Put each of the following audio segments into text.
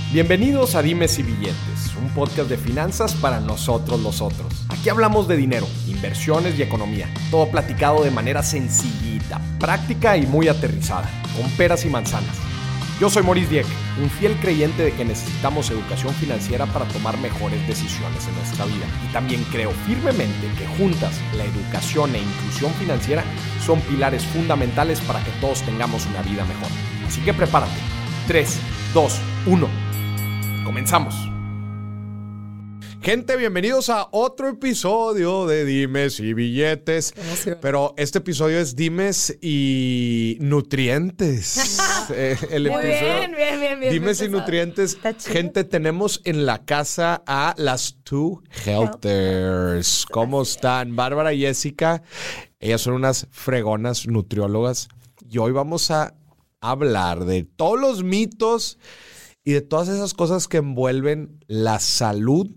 Bienvenidos a Dimes y Billetes, un podcast de finanzas para nosotros los otros. Aquí hablamos de dinero, inversiones y economía, todo platicado de manera sencillita, práctica y muy aterrizada, con peras y manzanas. Yo soy Maurice Dieck, un fiel creyente de que necesitamos educación financiera para tomar mejores decisiones en nuestra vida. Y también creo firmemente que juntas la educación e inclusión financiera son pilares fundamentales para que todos tengamos una vida mejor. Así que prepárate. 3, 2, 1. Comenzamos. Gente, bienvenidos a otro episodio de Dimes y Billetes. Pero este episodio es Dimes y Nutrientes. El Muy episodio, bien. Dimes y Nutrientes. Gente, tenemos en la casa a las Two Healthers. ¿Cómo están? Bárbara y Jessica. Ellas son unas fregonas nutriólogas. Y hoy vamos a hablar de todos los mitos y de todas esas cosas que envuelven la salud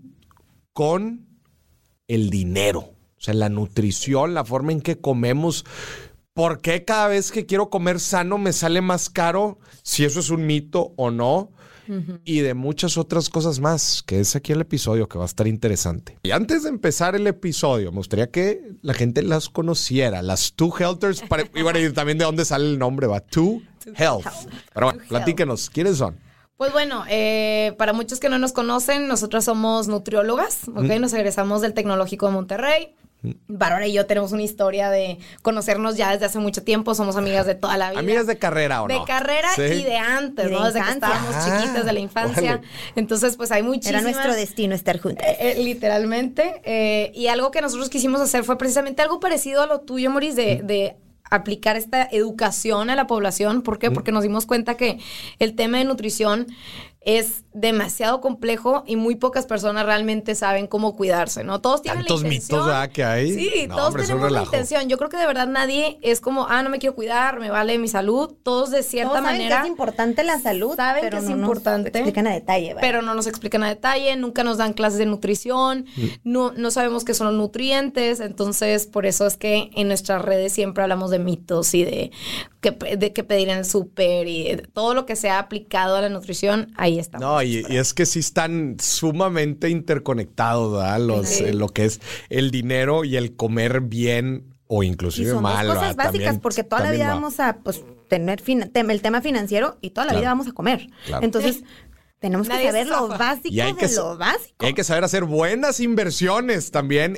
con el dinero. O sea, la nutrición, la forma en que comemos. ¿Por qué cada vez que quiero comer sano me sale más caro? Si eso es un mito o no. Y de muchas otras cosas más, que es aquí el episodio que va a estar interesante. Y antes de empezar el episodio, me gustaría que la gente las conociera. Las Two Healthers, y bueno, y también de dónde sale el nombre, va. Two Health. Pero bueno, platíquenos, ¿quiénes son? Pues bueno, para muchos que no nos conocen, nosotras somos nutriólogas, ¿ok? Nos egresamos del Tecnológico de Monterrey. Bárbara y yo tenemos una historia de conocernos ya desde hace mucho tiempo. Somos amigas de toda la vida. ¿Amigas de carrera o no? De carrera sí. Y de antes, ¿no? Desde que estábamos chiquitas, de la infancia. Vale. Entonces, pues hay muchísimas... Era nuestro destino estar juntas. Literalmente. Y algo que nosotros quisimos hacer fue precisamente algo parecido a lo tuyo, Maurice, de aplicar esta educación a la población. ¿Por qué? Porque nos dimos cuenta que el tema de nutrición es demasiado complejo y muy pocas personas realmente saben cómo cuidarse, ¿no? Todos tienen tantos la intención. Mitos, ¿verdad? Que hay. Sí, no, todos hombre, tenemos la intención. Yo creo que de verdad nadie es como, no me quiero cuidar, me vale mi salud. Todos de cierta manera saben que es importante la salud, saben pero que es no importante. Nos explican a detalle, ¿verdad? Pero no nos explican a detalle, nunca nos dan clases de nutrición, no sabemos qué son los nutrientes. Entonces, por eso es que en nuestras redes siempre hablamos de mitos y de qué pedir en el súper y de todo lo que sea aplicado a la nutrición, ahí estamos. No, y es que sí están sumamente interconectados, ¿verdad? Sí. Lo que es el dinero y el comer bien o inclusive mal. Y son dos cosas básicas, también, porque toda la vida vamos a tener el tema financiero y toda la vida vamos a comer. Claro. Entonces, tenemos que saber lo básico de lo básico. Y hay que saber hacer buenas inversiones también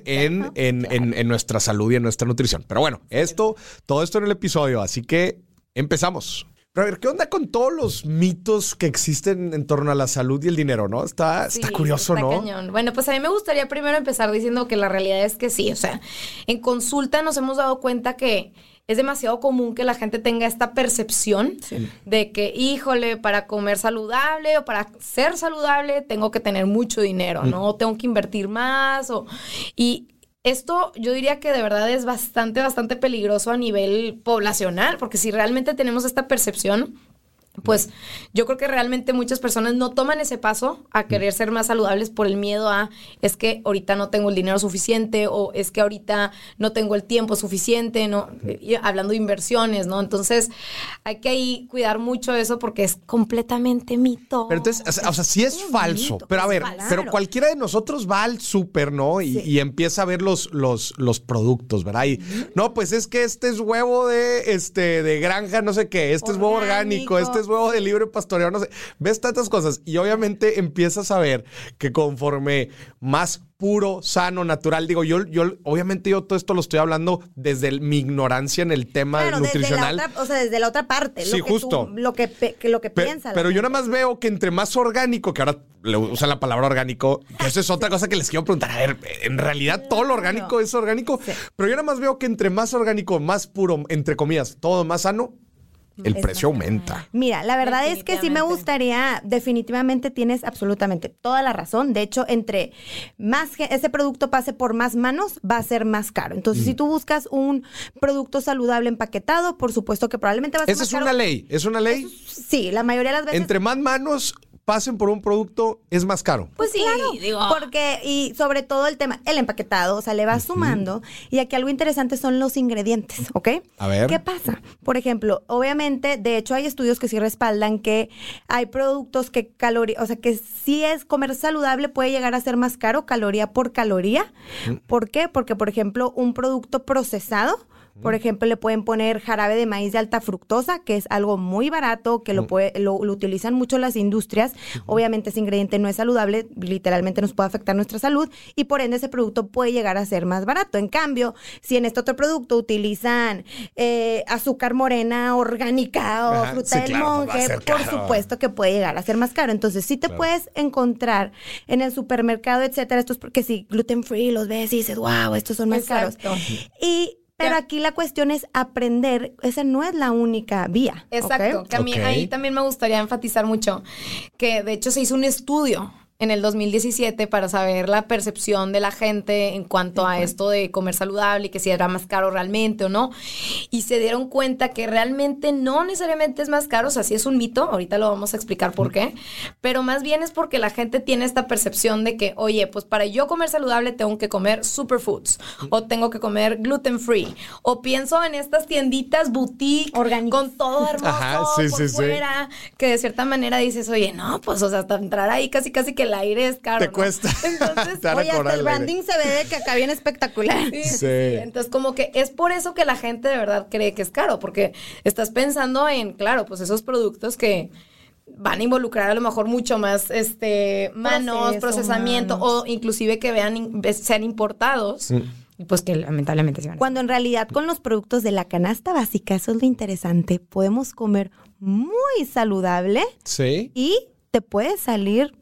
en nuestra salud y en nuestra nutrición. Pero bueno, todo esto en el episodio, así que empezamos. Pero a ver, ¿qué onda con todos los mitos que existen en torno a la salud y el dinero, no? Está curioso, está ¿no? Cañón. Bueno, pues a mí me gustaría primero empezar diciendo que la realidad es que sí. O sea, en consulta nos hemos dado cuenta que es demasiado común que la gente tenga esta percepción de que, híjole, para comer saludable o para ser saludable tengo que tener mucho dinero, ¿no? O tengo que invertir más. Y esto yo diría que de verdad es bastante peligroso a nivel poblacional, porque si realmente tenemos esta percepción, pues yo creo que realmente muchas personas no toman ese paso a querer ser más saludables por el miedo a, es que ahorita no tengo el dinero suficiente o es que ahorita no tengo el tiempo suficiente, ¿no? Hablando de inversiones, ¿no? Entonces hay que ahí cuidar mucho eso porque es completamente mito. Pero entonces, o sea, sí es falso. Pero a ver, pero cualquiera de nosotros va al súper, ¿no? Y empieza a ver los productos, ¿verdad? Y no, pues es que este es huevo de granja, no sé qué, este es huevo orgánico, este es huevo de libre pastoreo, no sé. Ves tantas cosas y obviamente empiezas a ver que conforme más puro, sano, natural, digo, yo obviamente yo todo esto lo estoy hablando desde mi ignorancia en el tema nutricional. Desde la otra parte. Sí, justo. Lo que piensa. Pero yo nada más veo que entre más orgánico, que ahora le usan la palabra orgánico, que eso es otra cosa que les quiero preguntar. A ver, en realidad todo lo orgánico es orgánico, pero yo nada más veo que entre más orgánico, más puro, entre comillas, todo más sano, el precio aumenta. Mira, la verdad es que sí me gustaría, definitivamente tienes absolutamente toda la razón. De hecho, entre más que ese producto pase por más manos, va a ser más caro. Entonces, si tú buscas un producto saludable empaquetado, por supuesto que probablemente va a ser más caro. ¿Es una ley? Sí, la mayoría de las veces. Entre más manos, pasen por un producto, es más caro. Pues sí, claro, digo. porque, y sobre todo el tema, el empaquetado, o sea, le vas sumando. Y aquí algo interesante son los ingredientes, ¿ok? A ver. ¿Qué pasa? Por ejemplo, obviamente, de hecho, hay estudios que sí respaldan que hay productos que o sea, que si es comer saludable puede llegar a ser más caro caloría por caloría. ¿Por qué? Porque, por ejemplo, un producto procesado, por ejemplo, le pueden poner jarabe de maíz de alta fructosa, que es algo muy barato, que lo utilizan mucho las industrias. Obviamente ese ingrediente no es saludable, literalmente nos puede afectar nuestra salud y por ende ese producto puede llegar a ser más barato. En cambio, si en este otro producto utilizan azúcar morena orgánica o fruta del monje, por supuesto que puede llegar a ser más caro. Entonces sí te puedes encontrar en el supermercado, etcétera, estos porque si gluten free los ves y dices, wow, estos son más caros. Pero aquí la cuestión es aprender, esa no es la única vía. Exacto, ¿okay? Que a mí ahí también me gustaría enfatizar mucho que de hecho se hizo un estudio en el 2017 para saber la percepción de la gente en cuanto a esto de comer saludable y que si era más caro realmente o no. Y se dieron cuenta que realmente no necesariamente es más caro, o sea, sí es un mito, ahorita lo vamos a explicar por qué, pero más bien es porque la gente tiene esta percepción de que, oye, pues para yo comer saludable tengo que comer superfoods o tengo que comer gluten free o pienso en estas tienditas boutique orgánicas con todo hermoso por fuera, que de cierta manera dices, oye, no, pues o sea, hasta entrar ahí casi que el aire es caro. Te cuesta. Entonces, oye, hasta el branding se ve de que acá viene espectacular. Sí. Entonces, como que es por eso que la gente de verdad cree que es caro, porque estás pensando en, claro, pues esos productos que van a involucrar a lo mejor mucho más procesamiento o inclusive que sean importados. Y pues que lamentablemente se van a... Cuando en realidad con los productos de la canasta básica, eso es lo interesante, podemos comer muy saludable. Sí. Y te puede salir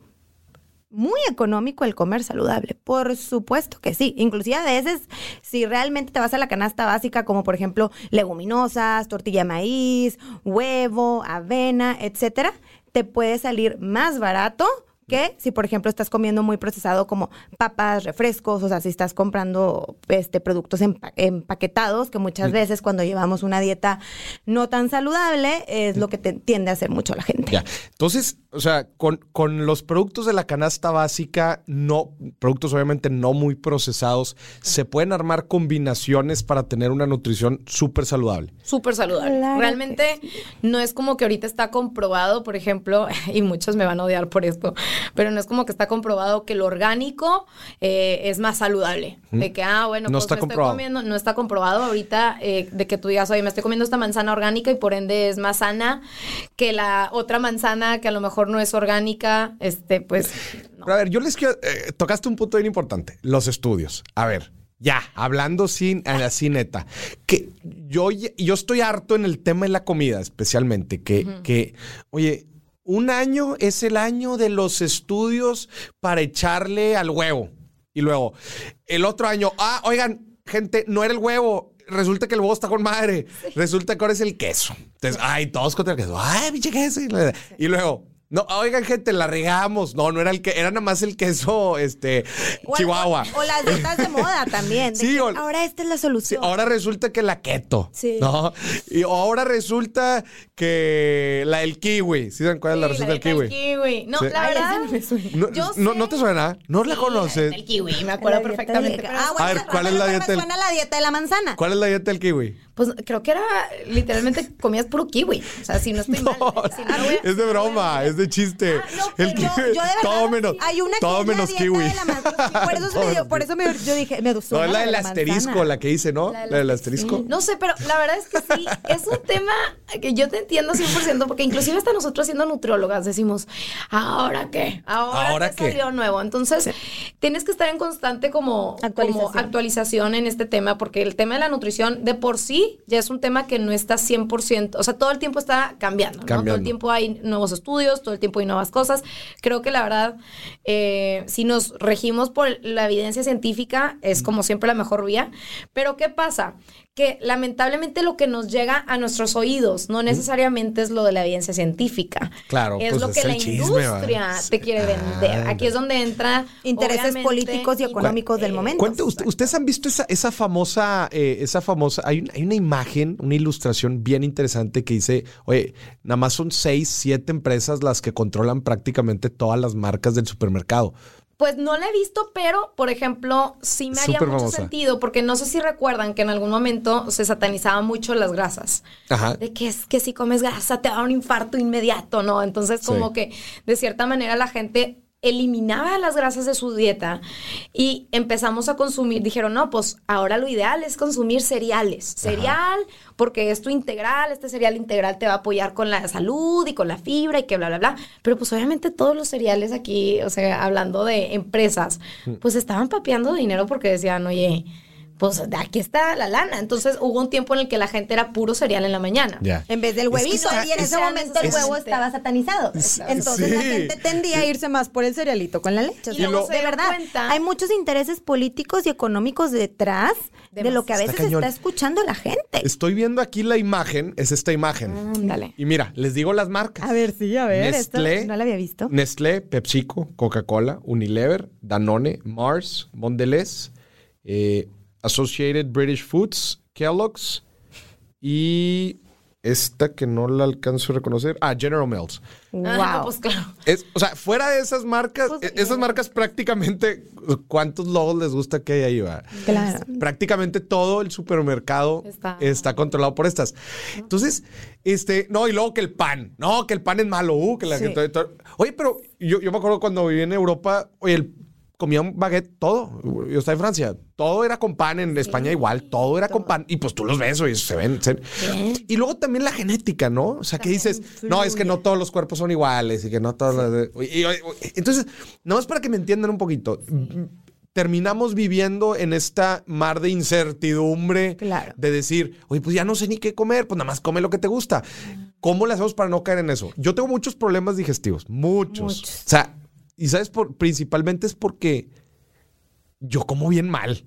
muy económico el comer saludable. Por supuesto que sí. Inclusive a veces, si realmente te vas a la canasta básica, como por ejemplo leguminosas, tortilla de maíz, huevo, avena, etcétera, te puede salir más barato que si, por ejemplo, estás comiendo muy procesado como papas, refrescos, o sea, si estás comprando productos empaquetados, que muchas veces cuando llevamos una dieta no tan saludable es lo que tiende a hacer mucho la gente. Ya. Entonces, o sea, con los productos de la canasta básica, productos obviamente no muy procesados, se pueden armar combinaciones para tener una nutrición súper saludable. Súper saludable. Claro. Realmente no es como que ahorita está comprobado, por ejemplo, y muchos me van a odiar por esto, pero no es como que está comprobado que lo orgánico es más saludable. De que, bueno, no pues está comprobado. No está comprobado ahorita de que tú digas, oye, me estoy comiendo esta manzana orgánica y por ende es más sana que la otra manzana que a lo mejor no es orgánica, pues... No. Pero a ver, yo les quiero... tocaste un punto bien importante, los estudios. A ver, ya, hablando así neta, que yo estoy harto en el tema de la comida, especialmente, que oye... Un año es el año de los estudios para echarle al huevo. Y luego, el otro año, oigan, gente, no era el huevo. Resulta que el huevo está con madre. Resulta que ahora es el queso. Entonces, todos contra el queso. Pinche queso. Y luego, no, oigan, gente, la regamos. No era el que, era nada más el queso, Chihuahua. O las dietas de moda también. Sí, ahora esta es la solución. Sí, ahora resulta que la keto. Sí. ¿No? Y ahora resulta que el kiwi. ¿Sí saben cuál es la receta del kiwi? El kiwi. No, sí. la verdad. ¿No te suena? ¿No la conoces? El kiwi, me acuerdo perfectamente. A ver, ¿cuál es la dieta? Me suena la dieta de la manzana. ¿Cuál es la dieta del kiwi? Pues creo que era literalmente comías puro kiwi. O sea, si no estoy mal. Es de broma, es de chiste. El kiwi, yo de verdad, todo menos, hay una todo menos kiwi. Por eso yo dije, me gustó. No, es la del asterisco, la que hice, ¿no? La del asterisco. Sí. No sé, pero la verdad es que sí, es un tema que yo te entiendo 100%, porque inclusive hasta nosotros siendo nutriólogas decimos, ¿ahora qué? ¿Ahora qué salió nuevo? Entonces, tienes que estar en constante como actualización en este tema, porque el tema de la nutrición de por sí ya es un tema que no está 100%, o sea, todo el tiempo está cambiando, ¿no? Todo el tiempo hay nuevos estudios, todo el tiempo hay nuevas cosas. Creo que la verdad, si nos regimos por la evidencia científica, es como siempre la mejor vía. Pero ¿qué pasa? que lamentablemente lo que nos llega a nuestros oídos no necesariamente es lo de la evidencia científica. Claro, es pues lo que la industria te quiere vender. Aquí es donde entra intereses políticos y económicos del momento. ¿Ustedes han visto esa famosa, hay una imagen, una ilustración bien interesante que dice, oye, nada más son 6, 7 empresas las que controlan prácticamente todas las marcas del supermercado? Pues no la he visto, pero, por ejemplo, sí me haría mucho sentido, porque no sé si recuerdan que en algún momento se satanizaban mucho las grasas. Ajá. De que es que si comes grasa te da un infarto inmediato, ¿no? Entonces, como que de cierta manera la gente eliminaba las grasas de su dieta y empezamos a consumir, dijeron, no, pues ahora lo ideal es consumir cereales. Cereal, porque es tu integral, este cereal integral te va a apoyar con la salud y con la fibra y que bla, bla, bla. Pero pues obviamente todos los cereales aquí, o sea, hablando de empresas, pues estaban papeando dinero porque decían, oye, pues de aquí está la lana. Entonces hubo un tiempo en el que la gente era puro cereal en la mañana. Yeah. En vez del huevito. Y en ese momento el huevo estaba satanizado. Entonces la gente tendía a irse más por el cerealito con la leche. O sea, de verdad, hay muchos intereses políticos y económicos detrás de lo que a veces está escuchando la gente. Estoy viendo aquí la imagen, es esta imagen. Dale. Y mira, les digo las marcas. A ver, sí, a ver. Nestlé, esto no la había visto. Nestlé, PepsiCo, Coca-Cola, Unilever, Danone, Mars, Mondelez, Associated British Foods, Kellogg's y esta que no la alcanzo a reconocer. General Mills. Wow. Pues claro. O sea, fuera de esas marcas, esas marcas prácticamente, ¿cuántos logos les gusta que hay ahí? Va? Claro. Prácticamente todo el supermercado está controlado por estas. Entonces, no, y luego que el pan. No, que el pan es malo. Que la gente, oye, pero yo me acuerdo cuando viví en Europa, oye, comía un baguette, todo. Yo estaba en Francia. Todo era con pan. En España igual. Todo era con pan. Y pues tú los ves, oye, se ven. Y luego también la genética, ¿no? O sea, que dices, no, es que no todos los cuerpos son iguales y que no todos... Entonces, no es para que me entiendan un poquito. Terminamos viviendo en esta mar de incertidumbre de decir, oye, pues ya no sé ni qué comer, pues nada más come lo que te gusta. ¿Cómo le hacemos para no caer en eso? Yo tengo muchos problemas digestivos. Muchos. O sea, y ¿sabes? Principalmente es porque yo como bien mal.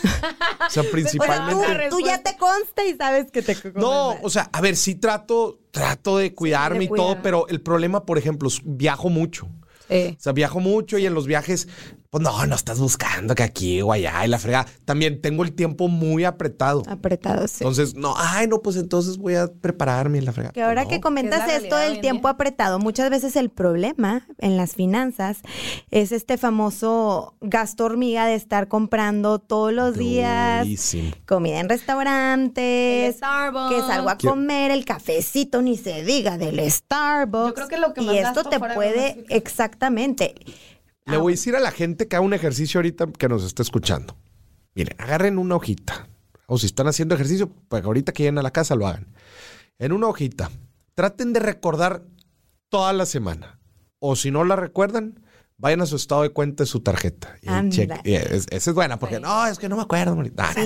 O sea, principalmente... Tú ya te consta y sabes que te comes mal. O sea, a ver, sí trato de cuidarme y todo, pero el problema, por ejemplo, viajo mucho. O sea, viajo mucho y en los viajes, pues no estás buscando que aquí o allá y la fregada. También tengo el tiempo muy apretado. Apretado, sí. Entonces, pues entonces voy a prepararme en la fregada. Que ahora que comentas esto del tiempo apretado, muchas veces el problema en las finanzas es este famoso gasto hormiga de estar comprando todos los días comida en restaurantes, que salgo a comer, el cafecito, ni se diga, del Starbucks. Yo creo que lo que más y esto te puede, exactamente. Le voy a decir a la gente que haga un ejercicio ahorita que nos está escuchando. Miren, agarren una hojita. O si están haciendo ejercicio, pues ahorita que lleguen a la casa lo hagan. En una hojita. Traten de recordar toda la semana. O si no la recuerdan, vayan a su estado de cuenta de su tarjeta. Esa es buena, porque es que no me acuerdo.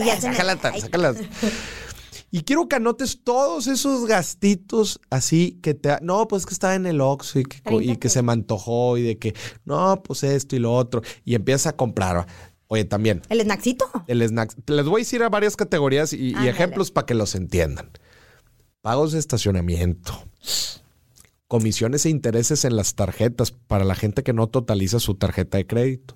Sácala. Y quiero que anotes todos esos gastitos así que te... No, pues que estaba en el Oxxo y que se me antojó y de que... No, pues esto y lo otro. Y empiezas a comprar. Oye, también... ¿El snacksito? El snack. Les voy a decir a varias categorías y ejemplos para que los entiendan. Pagos de estacionamiento. Comisiones e intereses en las tarjetas para la gente que no totaliza su tarjeta de crédito.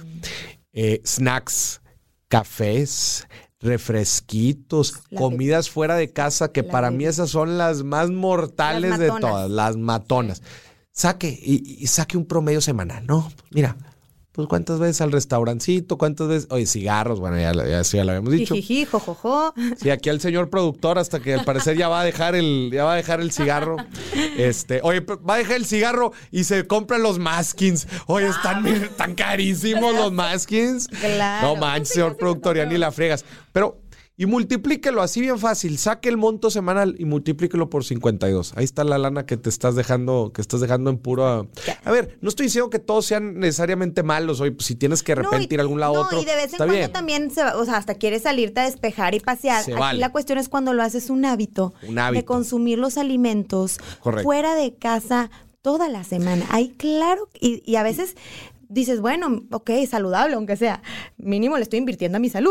Snacks, cafés... refresquitos, comidas fuera de casa, que para mí esas son las más mortales de todas, las matonas. Saque un promedio semanal, ¿no? Mira, pues ¿cuántas veces al restaurancito? ¿Cuántas veces? Oye, cigarros, bueno, ya lo habíamos dicho. Jijiji, jojojo. Sí, aquí al señor productor hasta que al parecer ya va a dejar el cigarro. Oye, va a dejar el cigarro y se compran los Maskins. Oye, están carísimos los Maskins. Claro. No manches, señor productor, ya ni la fregas. Pero, y multiplíquelo así bien fácil. Saque el monto semanal y multiplíquelo por 52. Ahí está la lana que te estás dejando, en puro... A ver, no estoy diciendo que todos sean necesariamente malos. Oye, pues, si tienes que de repente ir a algún lado a otro, y de vez en cuando bien. También, hasta quieres salirte a despejar y pasear. Aquí la cuestión es cuando lo haces un hábito. De consumir los alimentos fuera de casa toda la semana. Ahí, claro, y a veces dices, bueno, ok, saludable, aunque sea. Mínimo le estoy invirtiendo a mi salud.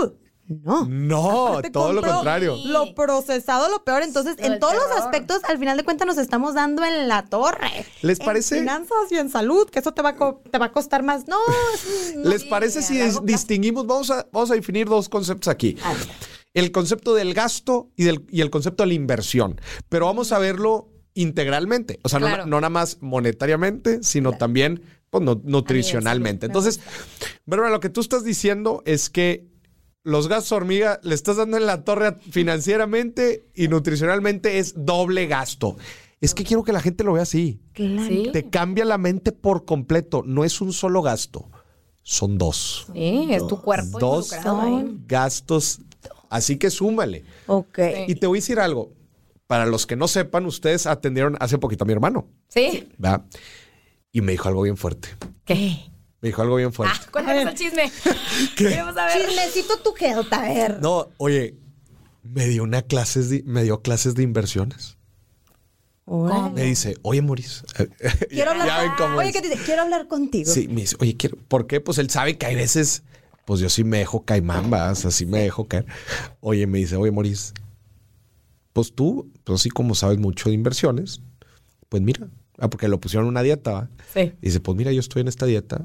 No, Aparte, todo lo compró contrario. Lo procesado, lo peor. Entonces, en todos los aspectos, al final de cuentas, nos estamos dando en la torre. ¿Les parece? En finanzas y en salud, que eso te va a costar más. No. ¿Les parece si distinguimos? Vamos a definir dos conceptos aquí. El concepto del gasto y el concepto de la inversión. Pero vamos a verlo integralmente. O sea, claro, no nada más monetariamente, sino también pues, nutricionalmente. Entonces, Bárbara, lo que tú estás diciendo es que los gastos hormiga le estás dando en la torre financieramente y nutricionalmente es doble gasto. Es que quiero que la gente lo vea así. Claro. ¿Sí? Te cambia la mente por completo. No es un solo gasto, son dos. Sí, es tu cuerpo. Dos gastos. Así que súmale. Ok. Y te voy a decir algo. Para los que no sepan, ustedes atendieron hace poquito a mi hermano. Sí. ¿Verdad? Y me dijo algo bien fuerte. ¿Qué? Me dijo algo bien fuerte. Cuéntanos el chisme. Queremos saber. Chismecito tu health, a ver. No, oye, me dio clases de inversiones. ¿Cómo? Me dice, oye, Maurice. Quiero hablar. Ya ven cómo Oye, es. ¿qué te dice? Quiero hablar contigo. Sí, me dice, oye, ¿por qué? Pues él sabe que hay veces, pues yo sí me dejo caimán, ¿va? O sea, sí me dejo caer. Oye, me dice, oye, Maurice, pues tú, pues así como sabes mucho de inversiones, pues mira, porque lo pusieron en una dieta, ¿va? Sí. Dice, pues mira, yo estoy en esta dieta,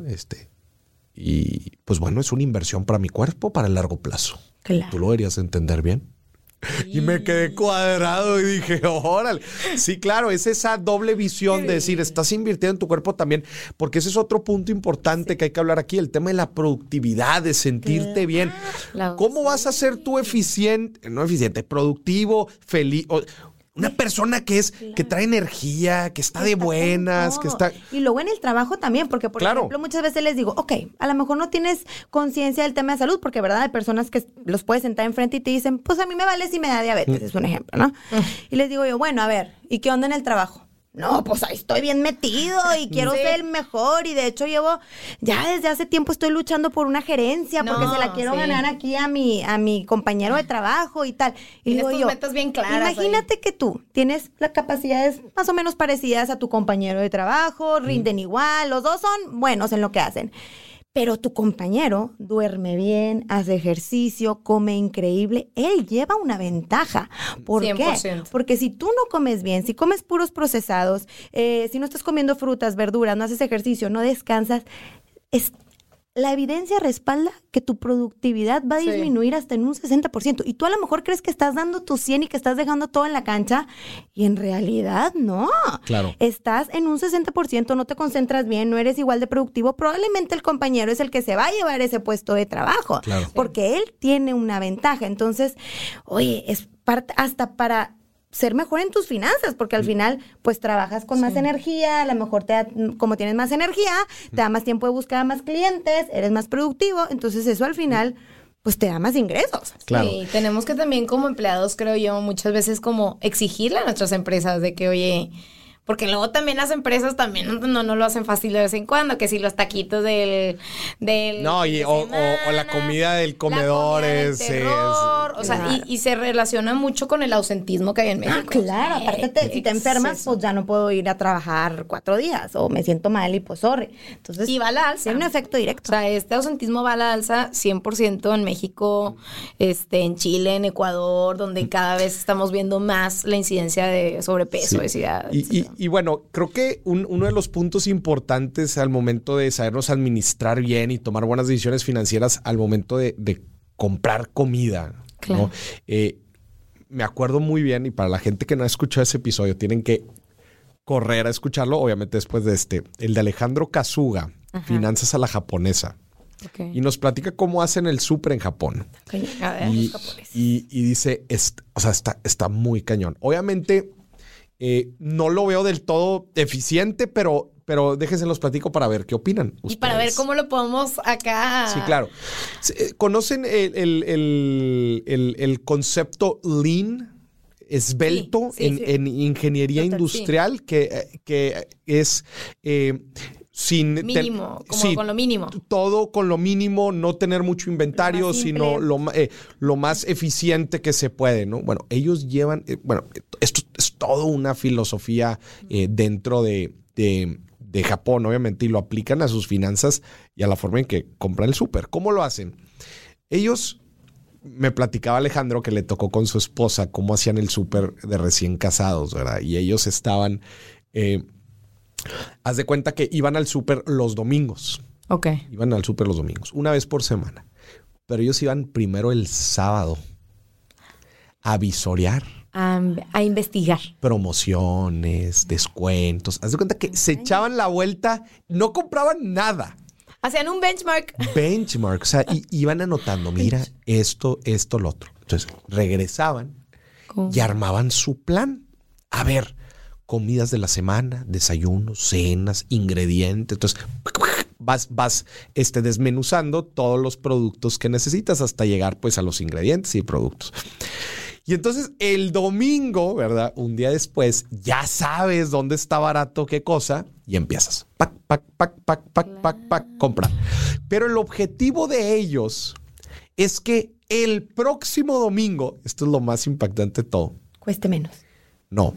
y pues bueno, es una inversión para mi cuerpo para el largo plazo. Claro. Tú lo deberías entender bien. Y me quedé cuadrado y dije, órale. Sí, claro, es esa doble visión de decir, estás invirtiendo en tu cuerpo también, porque ese es otro punto importante que hay que hablar aquí, el tema de la productividad, de sentirte bien. ¿Cómo vas a ser tú productivo, feliz? Una persona que trae energía, que está de buenas, que está... Y luego en el trabajo también, porque por ejemplo muchas veces les digo, ok, a lo mejor no tienes conciencia del tema de salud, porque verdad hay personas que los puedes sentar enfrente y te dicen, pues a mí me vale si me da diabetes, es un ejemplo, ¿no? Y les digo yo, bueno, a ver, ¿y qué onda en el trabajo? No, pues ahí estoy bien metido y quiero ser el mejor y de hecho ya desde hace tiempo estoy luchando por una gerencia porque se la quiero ganar aquí a mi compañero de trabajo y tal. Y digo yo, metas bien claras. Imagínate que tú tienes las capacidades más o menos parecidas a tu compañero de trabajo, rinden igual, los dos son buenos en lo que hacen. Pero tu compañero duerme bien, hace ejercicio, come increíble. Él lleva una ventaja. ¿Por 100%. ¿Qué? Porque si tú no comes bien, si comes puros procesados, si no estás comiendo frutas, verduras, no haces ejercicio, no descansas, la evidencia respalda que tu productividad va a disminuir hasta en un 60%. Y tú a lo mejor crees que estás dando tu 100 y que estás dejando todo en la cancha. Y en realidad no. Claro. Estás en un 60%, no te concentras bien, no eres igual de productivo. Probablemente el compañero es el que se va a llevar ese puesto de trabajo. Claro. Porque él tiene una ventaja. Entonces, oye, es parte hasta para ser mejor en tus finanzas, porque al final, pues, trabajas con más energía, a lo mejor como tienes más energía, te da más tiempo de buscar a más clientes, eres más productivo, entonces eso al final, pues, te da más ingresos. Claro. Sí, tenemos que también como empleados, creo yo, muchas veces como exigirle a nuestras empresas de que, oye... Porque luego también las empresas también no lo hacen fácil de vez en cuando, que si los taquitos del no, o la comida del comedor es... O sea, y se relaciona mucho con el ausentismo que hay en México. Claro, aparte si te enfermas, pues ya no puedo ir a trabajar 4 días, o me siento mal y pues sorry. Entonces, y va a la alza. Tiene un efecto directo. O sea, este ausentismo va a la alza 100% en México, en Chile, en Ecuador, donde cada vez estamos viendo más la incidencia de sobrepeso, obesidad, Y bueno, creo que uno de los puntos importantes al momento de sabernos administrar bien y tomar buenas decisiones financieras al momento de comprar comida, claro, ¿no? Me acuerdo muy bien, y para la gente que no ha escuchado ese episodio, tienen que correr a escucharlo, obviamente después de el de Alejandro Kasuga, Finanzas a la Japonesa. Okay. Y nos platica cómo hacen el súper en Japón. Okay. A ver, los japoneses. Y dice, está muy cañón. Obviamente... no lo veo del todo eficiente, pero déjense los platico para ver qué opinan ustedes. Y para ver cómo lo podemos acá... Sí, claro. ¿Conocen el concepto Lean, esbelto, en ingeniería industrial? Que es... sin mínimo, con lo mínimo. Todo con lo mínimo, no tener mucho inventario, sino lo más eficiente que se puede, ¿no? Bueno, ellos llevan, esto es toda una filosofía dentro de Japón, obviamente, y lo aplican a sus finanzas y a la forma en que compran el súper. ¿Cómo lo hacen? Ellos me platicaba Alejandro que le tocó con su esposa cómo hacían el súper de recién casados, ¿verdad? Y ellos estaban... haz de cuenta que iban al súper los domingos. Ok. Iban al súper los domingos, una vez por semana. Pero ellos iban primero el sábado a visorear. A investigar. Promociones, descuentos. Haz de cuenta que se echaban la vuelta, no compraban nada. Hacían un benchmark. O sea, iban anotando, mira, esto, lo otro. Entonces, regresaban y armaban su plan. A ver, comidas de la semana, desayunos, cenas, ingredientes. Entonces, vas desmenuzando todos los productos que necesitas hasta llegar pues a los ingredientes y productos. Y entonces el domingo, ¿verdad? Un día después, ya sabes dónde está barato qué cosa y empiezas. Pac, comprar. Pero el objetivo de ellos es que el próximo domingo, esto es lo más impactante de todo. Cueste menos. No.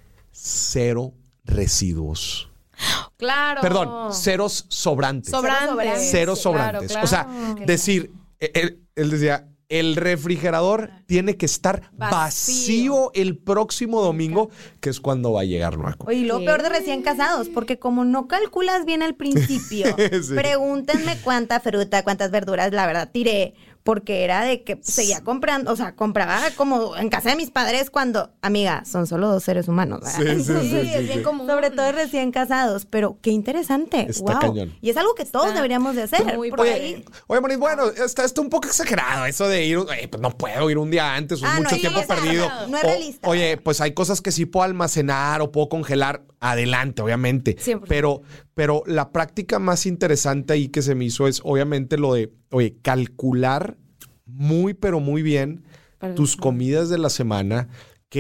0 residuos. Claro. Perdón, ceros sobrantes. Ceros sobrantes. Claro. O sea, decir, él decía, el refrigerador tiene que estar vacío el próximo domingo, que es cuando va a llegar nuevo. Oye, y lo peor de recién casados, porque como no calculas bien al principio, sí. Pregúntenme cuánta fruta, cuántas verduras, la verdad, tiré. Porque era de que seguía comprando, o sea, compraba como en casa de mis padres cuando, amiga, son solo 2 seres humanos, ¿verdad? Sí, es bien común. Sobre todo recién casados, pero qué interesante. Está cañón. Y es algo que todos deberíamos de hacer. Muy oye, Moniz, bueno, está un poco exagerado eso de ir, pues no puedo ir un día antes, es mucho tiempo perdido. No es realista. Oye, pues hay cosas que sí puedo almacenar o puedo congelar, adelante, obviamente. Siempre. Pero la práctica más interesante ahí que se me hizo es obviamente lo de, calcular pero muy bien tus comidas de la semana,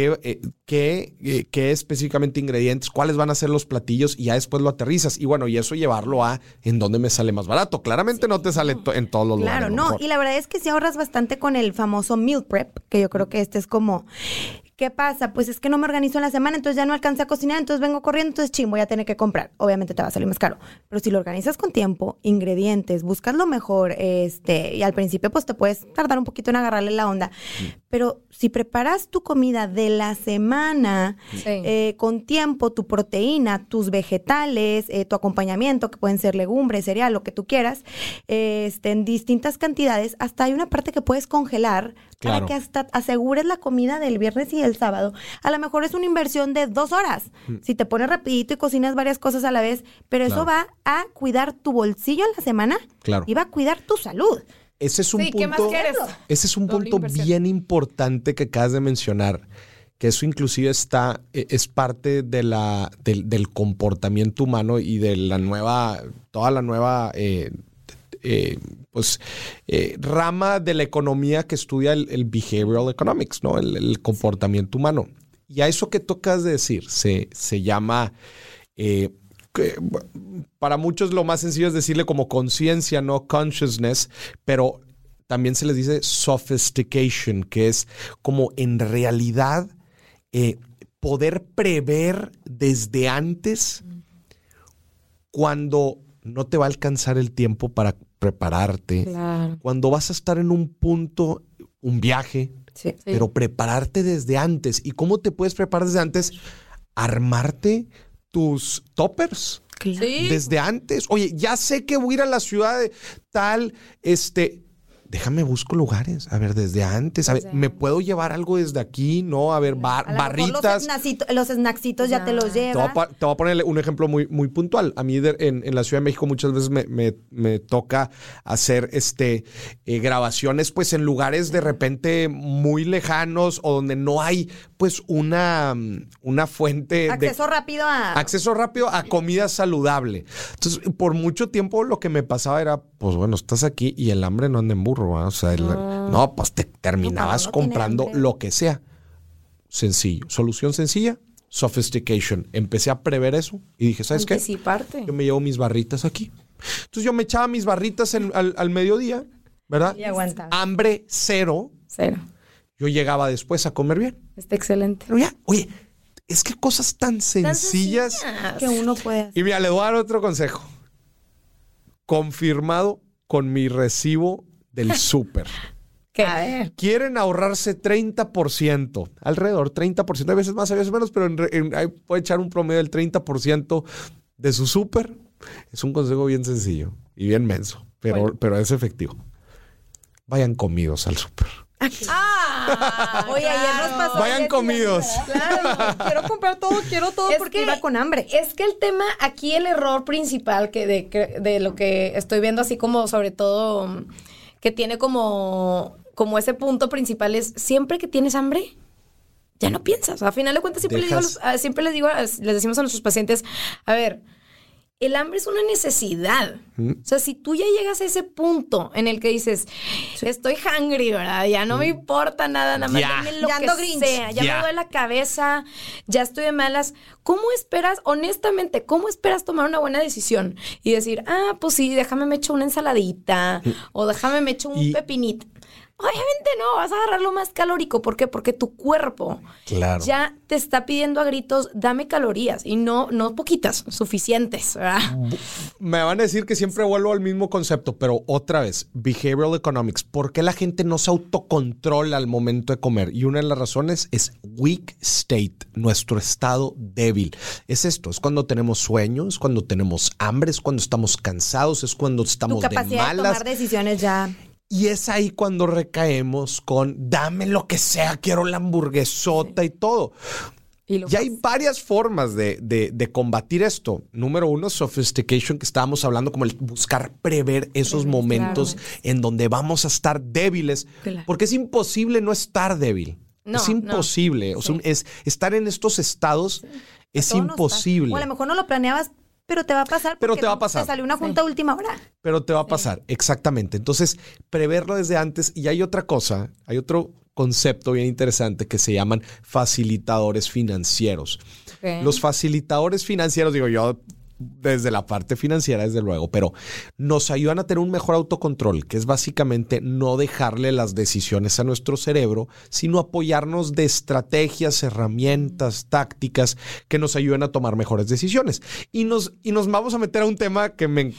qué específicamente ingredientes, cuáles van a ser los platillos y ya después lo aterrizas. Y bueno, y eso llevarlo a en dónde me sale más barato. Claramente no te sale en todos los lugares. Claro, no. Y la verdad es que sí ahorras bastante con el famoso meal prep, que yo creo que este es como... ¿Qué pasa? Pues es que no me organizo en la semana, entonces ya no alcancé a cocinar, entonces vengo corriendo, entonces voy a tener que comprar. Obviamente te va a salir más caro. Pero si lo organizas con tiempo, ingredientes, buscas lo mejor, y al principio pues te puedes tardar un poquito en agarrarle la onda. Pero si preparas tu comida de la semana, con tiempo, tu proteína, tus vegetales, tu acompañamiento, que pueden ser legumbres, cereal, lo que tú quieras, en distintas cantidades, hasta hay una parte que puedes congelar para que hasta asegures la comida del viernes y el sábado. A lo mejor es una inversión de 2 horas. Si te pones rapidito y cocinas varias cosas a la vez, pero eso va a cuidar tu bolsillo en la semana y va a cuidar tu salud. Ese es un punto, ¿qué más quieres? Ese es un punto bien importante que acabas de mencionar, que eso inclusive es parte de del comportamiento humano y de toda la nueva rama de la economía que estudia el behavioral economics, ¿no? El comportamiento humano. Y a eso que tocas de decir se llama, para muchos lo más sencillo es decirle como conciencia, no consciousness, pero también se les dice sophistication, que es como en realidad poder prever desde antes cuando no te va a alcanzar el tiempo para prepararte, cuando vas a estar en un punto, un viaje, pero prepararte desde antes. ¿Y cómo te puedes preparar desde antes? Armarte tus toppers desde antes. Oye, ya sé que voy a ir a la ciudad de tal, déjame busco lugares, a ver, desde antes, a ver, ¿me puedo llevar algo desde aquí? No, a ver, barritas. Los snacksitos ya te los llevas. Te voy a poner un ejemplo muy, muy puntual. A mí en la Ciudad de México muchas veces me toca hacer grabaciones pues en lugares de repente muy lejanos o donde no hay pues una fuente acceso rápido a comida saludable. Entonces, por mucho tiempo lo que me pasaba era, pues bueno, estás aquí y el hambre no anda en burro, ¿verdad? O sea, pues te terminabas comprando lo que sea. Sencillo. Solución sencilla, sophistication. Empecé a prever eso y dije, ¿sabes qué? Yo me llevo mis barritas aquí. Entonces yo me echaba mis barritas al mediodía, ¿verdad? Y aguantaba. Hambre cero. Yo llegaba después a comer bien. Está excelente. Pero ya, oye, es que cosas tan sencillas que uno puede hacer. Y mira, le voy a dar otro consejo. Confirmado con mi recibo del súper. ¿Qué? A ver. Quieren ahorrarse 30%, alrededor 30%, a veces más, a veces menos, pero puede echar un promedio del 30% de su súper. Es un consejo bien sencillo y bien menso, pero es efectivo. Vayan comidos al súper. Oye, ayer nos pasó. Vayan comidos. Claro, quiero comprar todo, porque iba con hambre. Es que el tema, aquí el error principal de lo que estoy viendo, así como sobre todo que tiene como ese punto principal, es siempre que tienes hambre, ya no piensas. A final de cuentas, siempre les decimos a nuestros pacientes, a ver, el hambre es una necesidad. O sea, si tú ya llegas a ese punto en el que dices, estoy hungry, ¿verdad? Ya no me importa nada más dame lo ya que sea. Ya me duele la cabeza, ya estoy de malas. ¿Cómo esperas tomar una buena decisión? Y decir, pues sí, déjame me echo una ensaladita o déjame me echo un pepinito. Obviamente no, vas a agarrar lo más calórico. ¿Por qué? Porque tu cuerpo ya te está pidiendo a gritos, dame calorías. Y no poquitas, suficientes, ¿verdad? Me van a decir que siempre vuelvo al mismo concepto, pero otra vez, behavioral economics. ¿Por qué la gente no se autocontrola al momento de comer? Y una de las razones es weak state, nuestro estado débil. Es esto, es cuando tenemos sueño, es cuando tenemos hambre, es cuando estamos cansados, es cuando estamos de malas. Tu capacidad de tomar decisiones ya... Y es ahí cuando recaemos con dame lo que sea, quiero la hamburguesota y todo. Y hay varias formas de combatir esto. Número uno, sophistication, que estábamos hablando, como el buscar prever esos momentos en donde vamos a estar débiles. Claro. Porque es imposible no estar débil. Es imposible. O sea, es estar en estos estados es imposible. O a lo mejor no lo planeabas, pero te va a pasar. Pero te va a pasar. Te salió una junta última hora. Pero te va a pasar, exactamente. Entonces, preverlo desde antes. Y hay otra cosa, hay otro concepto bien interesante que se llaman facilitadores financieros. Okay. Los facilitadores financieros, digo yo, desde la parte financiera, desde luego, pero nos ayudan a tener un mejor autocontrol, que es básicamente no dejarle las decisiones a nuestro cerebro, sino apoyarnos de estrategias, herramientas, tácticas que nos ayuden a tomar mejores decisiones. Y nos vamos a meter a un tema que me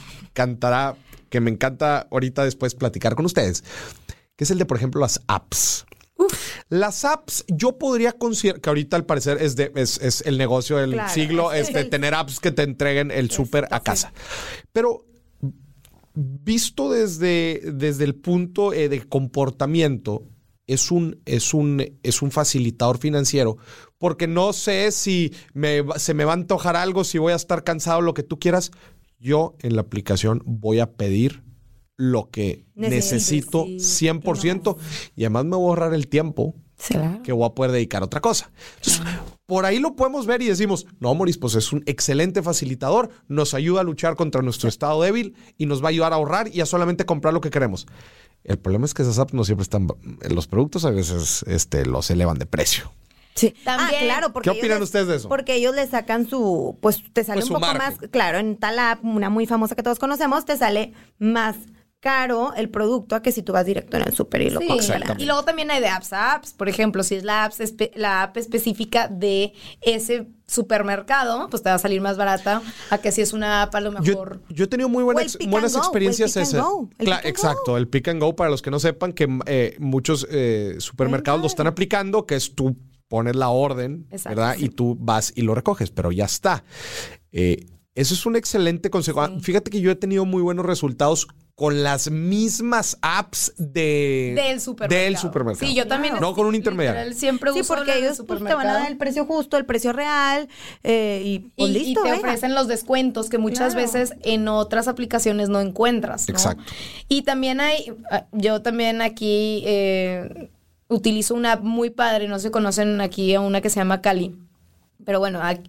encanta ahorita después platicar con ustedes, que es el de, por ejemplo, las apps. Las apps, yo podría considerar que ahorita al parecer es el negocio del siglo, tener apps que te entreguen el súper a casa. Pero visto desde el punto de comportamiento, es un facilitador financiero, porque no sé si se me va a antojar algo, si voy a estar cansado, lo que tú quieras. Yo en la aplicación voy a pedir lo que necesito 100% y además me voy a ahorrar el tiempo que voy a poder dedicar a otra cosa. Entonces, por ahí lo podemos ver y decimos, no, Moris, pues es un excelente facilitador, nos ayuda a luchar contra nuestro estado débil y nos va a ayudar a ahorrar y a solamente comprar lo que queremos. El problema es que esas apps no siempre están, los productos a veces los elevan de precio. Sí, también. Claro. ¿Qué opinan ustedes de eso? Porque ellos le sacan te sale un poco más, claro, en tal app, una muy famosa que todos conocemos, te sale más caro el producto a que si tú vas directo en el súper y lo compras. Y luego también hay de apps a apps. Por ejemplo, si es la app específica de ese supermercado, pues te va a salir más barata a que si es una app a lo mejor. Yo he tenido muy buenas experiencias. Exacto, el Pick and Go, para los que no sepan, que muchos supermercados lo están aplicando, que es tú pones la orden, ¿verdad? Y tú vas y lo recoges, pero ya está. Eso es un excelente consejo. Sí. Fíjate que yo he tenido muy buenos resultados con las mismas apps del supermercado. Sí, yo también. No con un intermediario. Siempre uso porque ellos te van a dar el precio justo, el precio real y listo. Y te ofrecen los descuentos que muchas veces en otras aplicaciones no encuentras, ¿no? Exacto. Y también yo también aquí utilizo una app muy padre, no se conocen aquí a una que se llama Cali. Pero bueno, hay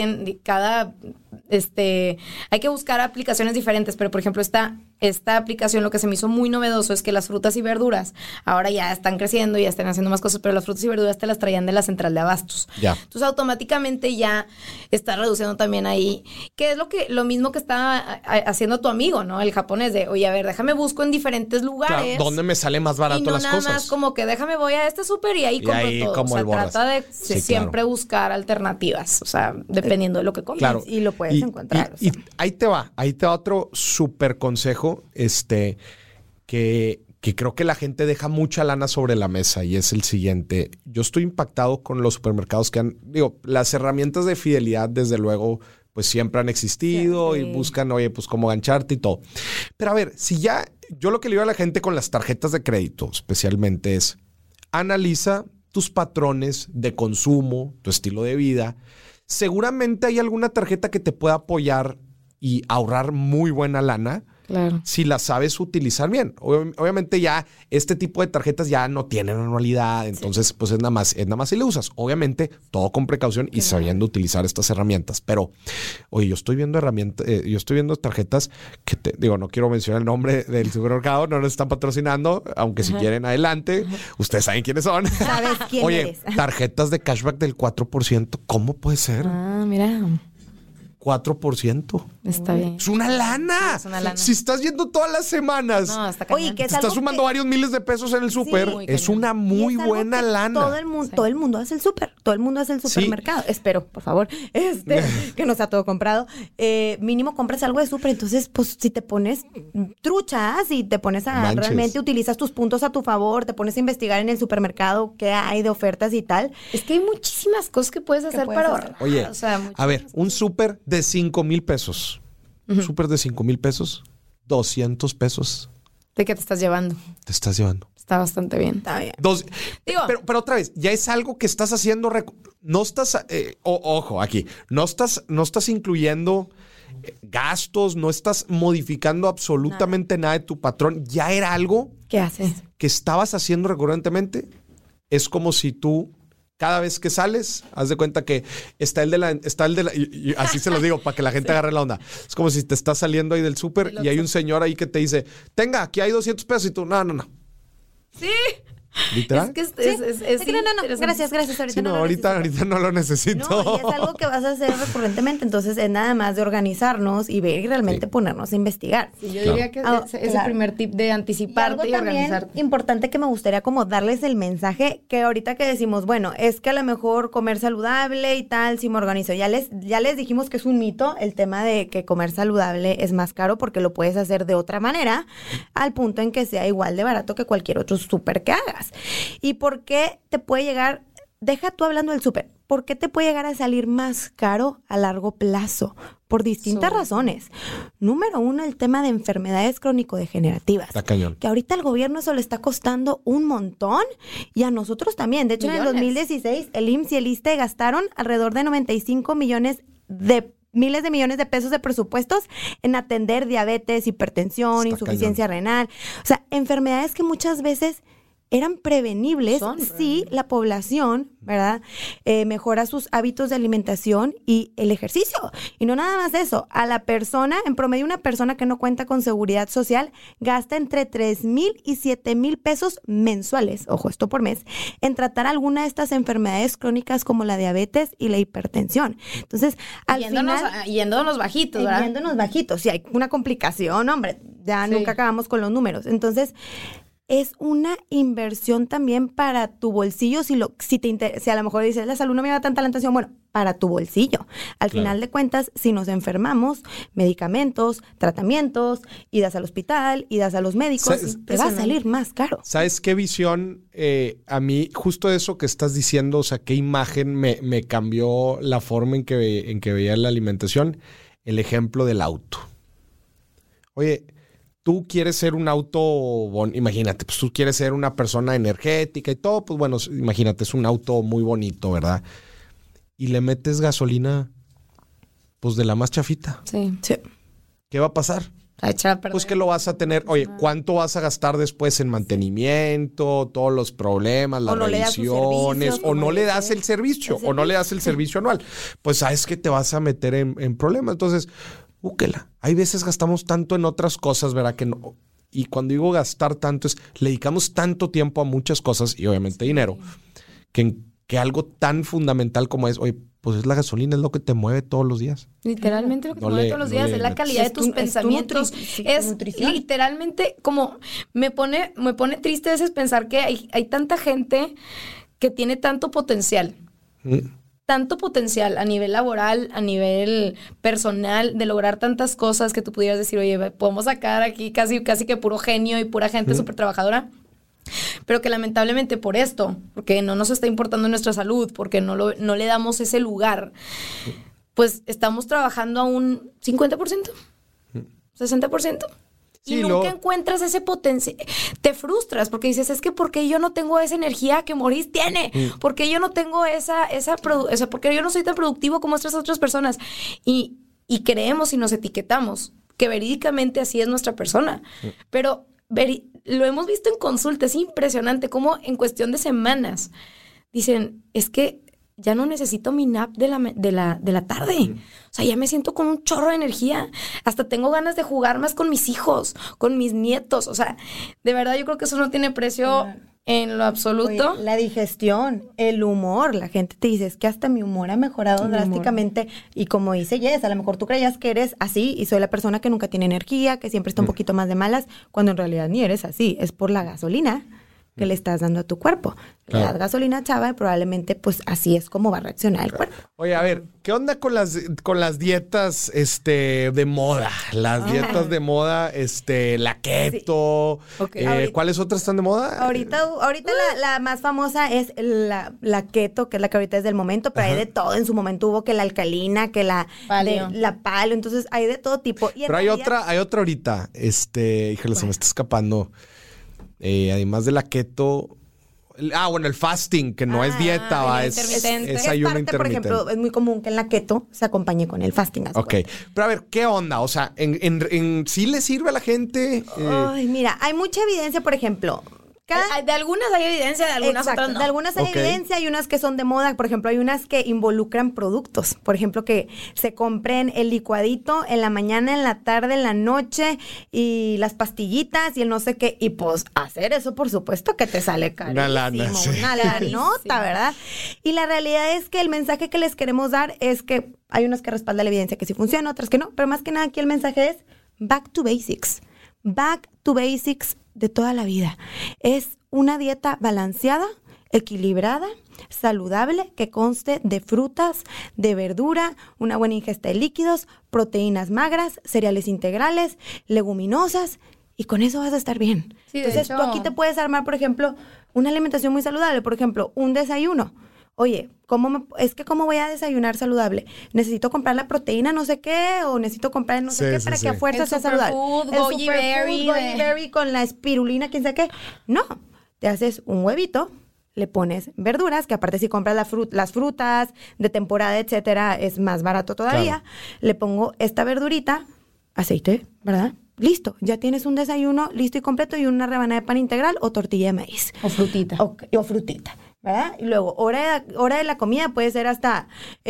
que buscar aplicaciones diferentes, pero por ejemplo esta aplicación, lo que se me hizo muy novedoso es que las frutas y verduras ahora ya están creciendo, ya están haciendo más cosas, pero las frutas y verduras te las traían de la central de abastos. Ya. Entonces automáticamente ya está reduciendo también ahí, que es lo mismo que estaba haciendo tu amigo, ¿no? El japonés de, oye, a ver, déjame busco en diferentes lugares. Claro, ¿dónde me sale más barato las cosas? Y no nada más como que déjame voy a este súper y ahí compro todo. O sea, trata de siempre buscar alternativas, o sea, dependiendo de lo que comes. Claro. Y lo puedes encontrar. Y ahí te va otro súper consejo, que que creo que la gente deja mucha lana sobre la mesa y es el siguiente. Yo estoy impactado con los supermercados que las herramientas de fidelidad, desde luego, pues siempre han existido y buscan, oye, pues cómo gancharte y todo. Pero a ver, yo lo que le digo a la gente con las tarjetas de crédito especialmente es, analiza tus patrones de consumo, tu estilo de vida. Seguramente hay alguna tarjeta que te pueda apoyar y ahorrar muy buena lana. Claro. Si la sabes utilizar bien. Obviamente ya este tipo de tarjetas ya no tienen anualidad, entonces pues es nada más si le usas. Obviamente todo con precaución y sabiendo utilizar estas herramientas. Pero, oye, yo estoy viendo tarjetas que no quiero mencionar el nombre del supermercado, no nos están patrocinando, aunque si quieren adelante, ustedes saben quiénes son. ¿Sabes quién eres? Tarjetas de cashback del 4%, ¿cómo puede ser? Ah, mira. 4%. Está bien. Es una lana. Es una lana. Si estás yendo todas las semanas, oye, que te estás sumando varios miles de pesos en el súper, es una muy buena lana. Todo el mundo hace el súper, todo el mundo hace el supermercado. Espero, por favor, que no sea todo comprado. Mínimo compras algo de súper, entonces, pues, si te pones truchas y te pones a realmente utilizas tus puntos a tu favor, te pones a investigar en el supermercado qué hay de ofertas y tal. Es que hay muchísimas cosas que puedes hacer para ahorrar. Oye, a ver, un súper de 5,000 pesos. Un súper de 5,000 pesos, 200 pesos. ¿De qué te estás llevando? Te estás llevando. Está bastante bien. Está bien. Pero otra vez, ya es algo que estás haciendo. No estás, ojo, aquí, no estás incluyendo gastos, no estás modificando absolutamente nada de tu patrón. Ya era algo. ¿Qué haces? Que estabas haciendo recurrentemente. Es como si tú, cada vez que sales, haz de cuenta que está el de la, y así se lo digo para que la gente agarre la onda. Es como si te estás saliendo ahí del súper y hay un señor ahí que te dice, tenga, aquí hay 200 pesos y tú, no. Sí. ¿Literal? Es que no. Gracias. Ahorita no lo necesito. No, y es algo que vas a hacer recurrentemente, entonces es nada más de organizarnos y ver y realmente ponernos a investigar. Sí, yo diría que es el primer tip de anticiparte y organizarte. También importante que me gustaría como darles el mensaje que ahorita que decimos, bueno, es que a lo mejor comer saludable y tal, si me organizo. Ya les dijimos que es un mito el tema de que comer saludable es más caro porque lo puedes hacer de otra manera al punto en que sea igual de barato que cualquier otro súper que hagas. ¿Y por qué te puede llegar, deja tú hablando del súper, por qué te puede llegar a salir más caro a largo plazo? Por distintas razones. Número 1, el tema de enfermedades crónico-degenerativas. Está cañón. Que ahorita al gobierno eso le está costando un montón y a nosotros también. De hecho, en el 2016 el IMSS y el ISSSTE gastaron alrededor de 95 millones de miles de millones de pesos de presupuestos en atender diabetes, hipertensión, insuficiencia renal. O sea, enfermedades que muchas veces eran prevenibles si la población, ¿verdad? Mejora sus hábitos de alimentación y el ejercicio. Y no nada más eso. A la persona, en promedio, una persona que no cuenta con seguridad social gasta entre 3,000 y 7,000 pesos mensuales, ojo, esto por mes, en tratar alguna de estas enfermedades crónicas como la diabetes y la hipertensión. Entonces, yéndonos bajitos, ¿verdad? Yéndonos bajitos. Si hay una complicación, hombre, ya nunca acabamos con los números. Entonces, es una inversión también para tu bolsillo. Si a lo mejor dices, la salud no me da tanta tentación, bueno, para tu bolsillo. Al final de cuentas, si nos enfermamos, medicamentos, tratamientos, idas al hospital, idas a los médicos, te va a salir más caro. ¿Sabes qué visión? A mí, justo eso que estás diciendo, o sea, qué imagen me cambió la forma en que veía la alimentación. El ejemplo del auto. Oye, tú quieres ser un auto, imagínate, pues tú quieres ser una persona energética y todo, pues bueno, imagínate, es un auto muy bonito, ¿verdad? Y le metes gasolina, pues de la más chafita. Sí. ¿Qué va a pasar? A echar a perder. Pues que lo vas a tener, oye, ¿cuánto vas a gastar después en mantenimiento, todos los problemas, las revisiones, o no le das el servicio, o no le das el servicio anual? Pues sabes que te vas a meter en problemas. Entonces, búsquela. Hay veces gastamos tanto en otras cosas, ¿verdad? Que no. Y cuando digo gastar tanto es, le dedicamos tanto tiempo a muchas cosas y obviamente dinero, que algo tan fundamental como es, oye, pues es la gasolina, es lo que te mueve todos los días. Literalmente lo que te mueve todos los días, es la calidad de tus pensamientos. Es literalmente como, me pone triste a veces pensar que hay tanta gente que tiene tanto potencial. tanto potencial a nivel laboral, a nivel personal, de lograr tantas cosas que tú pudieras decir, oye, podemos sacar aquí casi que puro genio y pura gente súper trabajadora, pero que lamentablemente por esto, porque no nos está importando nuestra salud, porque no le damos ese lugar, pues estamos trabajando a un 50%, 60%. Y sí, nunca encuentras ese potencial. Te frustras porque dices, es que ¿por qué yo no tengo esa energía que Maurice tiene? ¿Por qué yo no tengo ¿por qué yo no soy tan productivo como estas otras personas? Y creemos y nos etiquetamos que verídicamente así es nuestra persona. Pero lo hemos visto en consulta, es impresionante cómo en cuestión de semanas dicen, es que ya no necesito mi nap de la tarde. O sea, ya me siento con un chorro de energía. Hasta tengo ganas de jugar más con mis hijos, con mis nietos. O sea, de verdad yo creo que eso no tiene precio en lo absoluto. Oye, la digestión, el humor. La gente te dice, es que hasta mi humor ha mejorado drásticamente. Y como dice Jess, a lo mejor tú creías que eres así y soy la persona que nunca tiene energía, que siempre está un poquito más de malas, cuando en realidad ni eres así. Es por la gasolina que le estás dando a tu cuerpo. Le das gasolina, chava, y probablemente pues así es como va a reaccionar el cuerpo. Oye, a ver, ¿qué onda con las dietas de moda? Las dietas de moda, la keto. Sí. Okay. ¿Cuáles otras están de moda? Ahorita la más famosa es la keto, que es la que ahorita es del momento, pero hay de todo. En su momento hubo que la alcalina, que la paleo, entonces hay de todo tipo. Y pero hay otra ahorita, híjole, se me está escapando. Además de la keto, el fasting, que no es dieta, es ayuno intermitente. Por ejemplo, es muy común que en la keto se acompañe con el fasting. Ok, pero a ver, ¿qué onda? O sea, ¿sí le sirve a la gente? Ay, mira, hay mucha evidencia, por ejemplo. De algunas hay evidencia, de algunas otras no. De algunas hay evidencia, hay unas que son de moda. Por ejemplo, hay unas que involucran productos. Por ejemplo, que se compren el licuadito en la mañana, en la tarde, en la noche, y las pastillitas y el no sé qué. Y pues hacer eso, por supuesto, que te sale carísimo. Una lana, sí. Una lanota, ¿verdad? Y la realidad es que el mensaje que les queremos dar es que hay unas que respaldan la evidencia que sí funciona, otras que no. Pero más que nada aquí el mensaje es back to basics. Back to basics de toda la vida. Es una dieta balanceada, equilibrada, saludable, que conste de frutas, de verdura, una buena ingesta de líquidos, proteínas magras, cereales integrales, leguminosas, y con eso vas a estar bien. Sí, entonces, tú aquí te puedes armar, por ejemplo, una alimentación muy saludable. Por ejemplo, un desayuno. Oye, ¿cómo voy a desayunar saludable? ¿Necesito comprar la proteína no sé qué? ¿O necesito comprar no sé qué para que a fuerza sea saludable? El goji berry con la espirulina, quién sabe qué. No, te haces un huevito, le pones verduras, que aparte si compras las frutas de temporada, etcétera, es más barato todavía. Claro. Le pongo esta verdurita, aceite, ¿verdad? Listo, ya tienes un desayuno listo y completo y una rebanada de pan integral o tortilla de maíz. O frutita. O frutita. ¿Verdad? Y luego, hora de la comida puede ser hasta,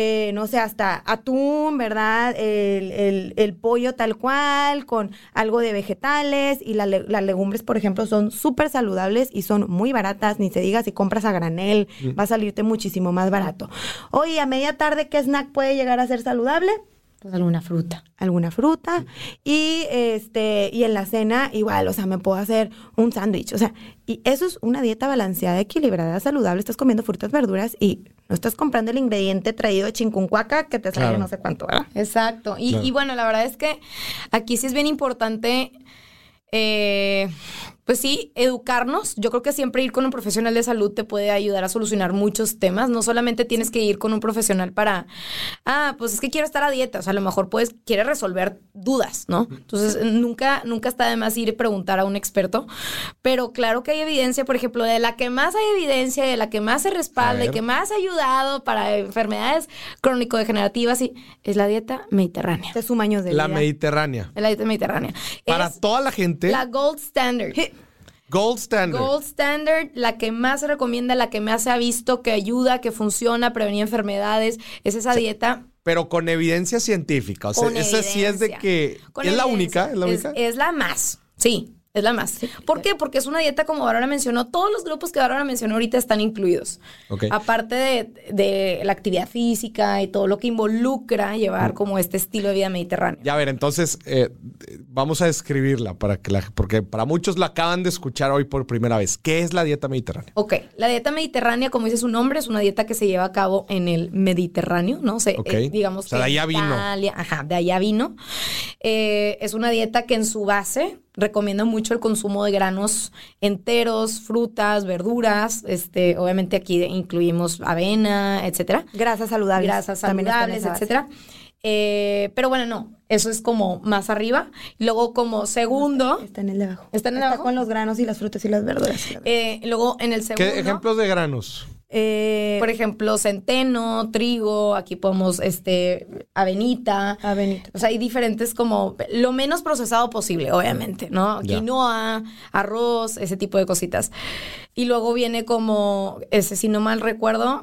hasta atún, ¿verdad? El pollo tal cual, con algo de vegetales, y las legumbres, por ejemplo, son súper saludables y son muy baratas, ni se diga si compras a granel, va a salirte muchísimo más barato. Oye, a media tarde, ¿qué snack puede llegar a ser saludable? Pues alguna fruta. Y en la cena igual, o sea, me puedo hacer un sándwich, o sea, y eso es una dieta balanceada, equilibrada, saludable. Estás comiendo frutas, verduras y no estás comprando el ingrediente traído de Chincuncuaca que te sale no sé cuánto, ¿verdad? Exacto. Y bueno, la verdad es que aquí sí es bien importante pues sí, educarnos. Yo creo que siempre ir con un profesional de salud te puede ayudar a solucionar muchos temas. No solamente tienes que ir con un profesional para, pues es que quiero estar a dieta. O sea, a lo mejor quieres resolver dudas, ¿no? Entonces, nunca está de más ir y preguntar a un experto. Pero claro que hay evidencia, por ejemplo, de la que más hay evidencia, de la que más se respalda y que más ha ayudado para enfermedades crónico-degenerativas, es la dieta mediterránea. Te suma años de vida. La mediterránea. La dieta mediterránea. Para toda la gente. La gold standard. Gold standard. Gold standard, la que más se recomienda, la que más se ha visto que ayuda, que funciona a prevenir enfermedades, es esa dieta. Pero con evidencia científica. O sea, esa sí es de que... ¿Es la única? Es la más, sí. Es la más. ¿Por qué? Porque es una dieta, como Bárbara mencionó, todos los grupos que Bárbara mencionó ahorita están incluidos. Okay. Aparte de la actividad física y todo lo que involucra llevar como este estilo de vida mediterráneo. Ya, a ver, entonces vamos a describirla porque para muchos la acaban de escuchar hoy por primera vez. ¿Qué es la dieta mediterránea? Ok, la dieta mediterránea, como dice su nombre, es una dieta que se lleva a cabo en el Mediterráneo, ¿no? Digamos, o sea, de allá vino. Ajá, de allá vino. Es una dieta que en su base recomienda mucho el consumo de granos enteros, frutas, verduras. Obviamente aquí incluimos avena, etcétera. Grasas saludables, etcétera. Pero bueno, no, eso es como más arriba. Luego como segundo... Está en el de abajo. ¿Está en el de abajo? Con los granos y las frutas y las verduras. Luego en el segundo... ¿Qué ejemplos de granos? Por ejemplo, centeno, trigo, aquí podemos, avenita. O sea, hay diferentes como, lo menos procesado posible, obviamente, ¿no? Quinoa, arroz, ese tipo de cositas. Y luego viene como, si no mal recuerdo,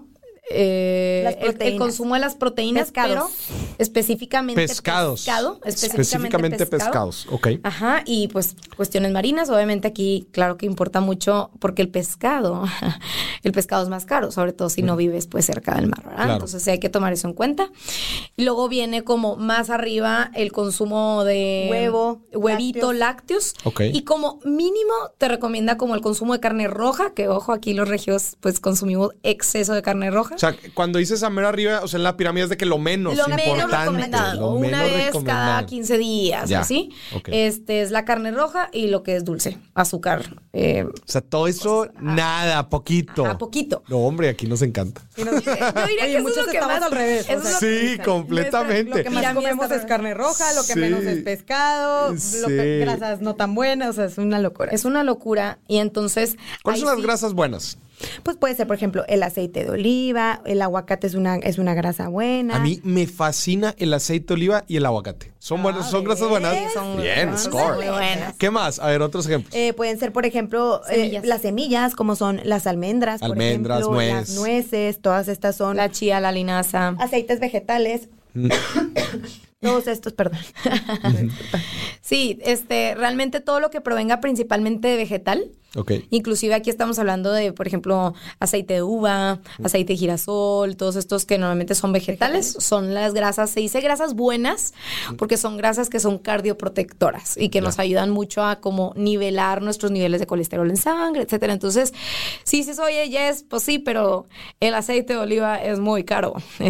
el consumo de las proteínas, pero específicamente pescados. Específicamente pescados, ok. Ajá, y pues cuestiones marinas, obviamente aquí claro que importa mucho porque el pescado es más caro, sobre todo si no vives pues cerca del mar, ¿verdad? Claro. Entonces sí hay que tomar eso en cuenta. Y luego viene como más arriba el consumo de huevito, lácteos. Okay. Y como mínimo te recomienda como el consumo de carne roja, que ojo, aquí los regios pues consumimos exceso de carne roja. O sea, cuando dices a mero arriba, o sea, en la pirámide es de que lo menos importante. Una vez cada 15 días, así. Okay. Es la carne roja y lo que es dulce, azúcar. O sea, todo eso, nada, poquito. Ajá, poquito. No, hombre, aquí nos encanta. Yo diría que eso es lo que más al revés. Sí, completamente. Lo que más comemos es carne roja, lo que menos es pescado, grasas no tan buenas, o sea, es una locura. Es una locura. Y entonces... ¿Cuáles son las grasas buenas? Pues puede ser, por ejemplo, el aceite de oliva, el aguacate es una grasa buena. A mí me fascina el aceite de oliva y el aguacate. Son buenas, son grasas buenas. Bien, score. Muy buenas. ¿Qué más? A ver, otros ejemplos. Pueden ser, por ejemplo, las semillas, como son las almendras, por ejemplo, las nueces, todas estas son. La chía, la linaza. Aceites vegetales. Todos estos, perdón. Sí, realmente todo lo que provenga principalmente de vegetal. Okay. Inclusive aquí estamos hablando de, por ejemplo, aceite de uva, aceite de girasol, todos estos que normalmente son vegetales. Son las grasas, se dice grasas buenas, porque son grasas que son cardioprotectoras y que nos ayudan mucho a como nivelar nuestros niveles de colesterol en sangre, etcétera. Entonces, sí, oye, Jess, pues sí, pero el aceite de oliva es muy caro.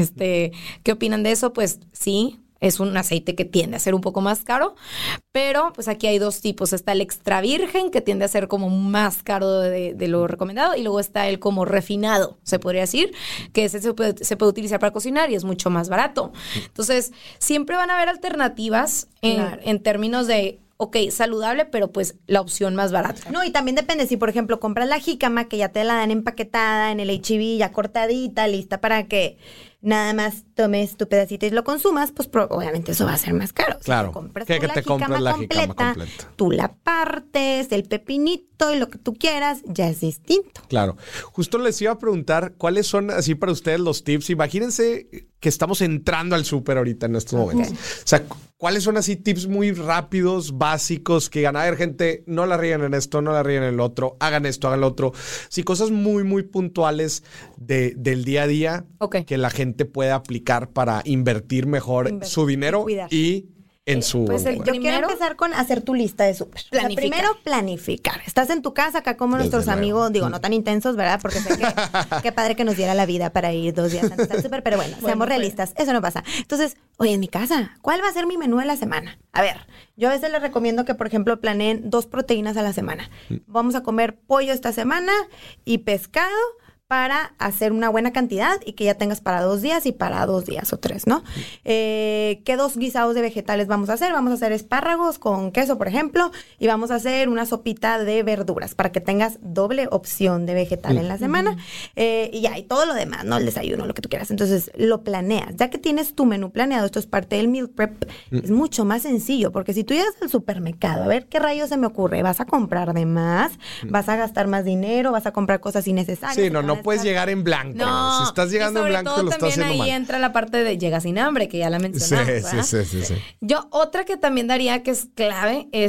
¿Qué opinan de eso? Pues sí. Es un aceite que tiende a ser un poco más caro, pero pues aquí hay dos tipos. Está el extra virgen, que tiende a ser como más caro de lo recomendado, y luego está el como refinado, se podría decir, que ese se puede utilizar para cocinar y es mucho más barato. Entonces, siempre van a haber alternativas en términos de... Ok, saludable, pero pues la opción más barata. No, y también depende, si por ejemplo compras la jícama, que ya te la dan empaquetada en el H-E-B, ya cortadita, lista para que nada más tomes tu pedacito y lo consumas, pues obviamente eso va a ser más caro. Claro, si que te compras la jícama completa. Tú la partes, el pepinito y lo que tú quieras, ya es distinto. Claro. Justo les iba a preguntar cuáles son así para ustedes los tips. Imagínense que estamos entrando al súper ahorita en estos momentos. O sea, ¿cuáles son así tips muy rápidos, básicos, que digan, a ver, gente, no la ríen en esto, no la ríen en el otro, hagan esto, hagan lo otro? Sí, cosas muy, muy puntuales del día a día que la gente puede aplicar para invertir mejor su dinero y en su... Pues yo quiero empezar con hacer tu lista de súper. O sea, primero, planificar. Estás en tu casa, acá como nuestros amigos, digo, no tan intensos, ¿verdad? Porque sé que qué padre que nos diera la vida para ir 2 días antes al súper, pero bueno, seamos realistas, eso no pasa. Entonces, oye, en mi casa, ¿cuál va a ser mi menú de la semana? A ver, yo a veces les recomiendo que, por ejemplo, planeen 2 proteínas a la semana. Vamos a comer pollo esta semana y pescado, para hacer una buena cantidad y que ya tengas para 2 días y para 2 días o 3, ¿no? ¿Qué 2 guisados de vegetales vamos a hacer? Vamos a hacer espárragos con queso, por ejemplo, y vamos a hacer una sopita de verduras para que tengas doble opción de vegetal en la semana. Y ya, y todo lo demás, ¿no? El desayuno, lo que tú quieras. Entonces, lo planeas. Ya que tienes tu menú planeado, esto es parte del meal prep, es mucho más sencillo, porque si tú llegas al supermercado, a ver qué rayos se me ocurre, vas a comprar de más, vas a gastar más dinero, vas a comprar cosas innecesarias. Sí, no puedes llegar en blanco. No, si estás llegando en blanco, lo estás haciendo mal. También ahí entra la parte de llega sin hambre, que ya la mencionamos. Sí. Yo, otra que también daría que es clave es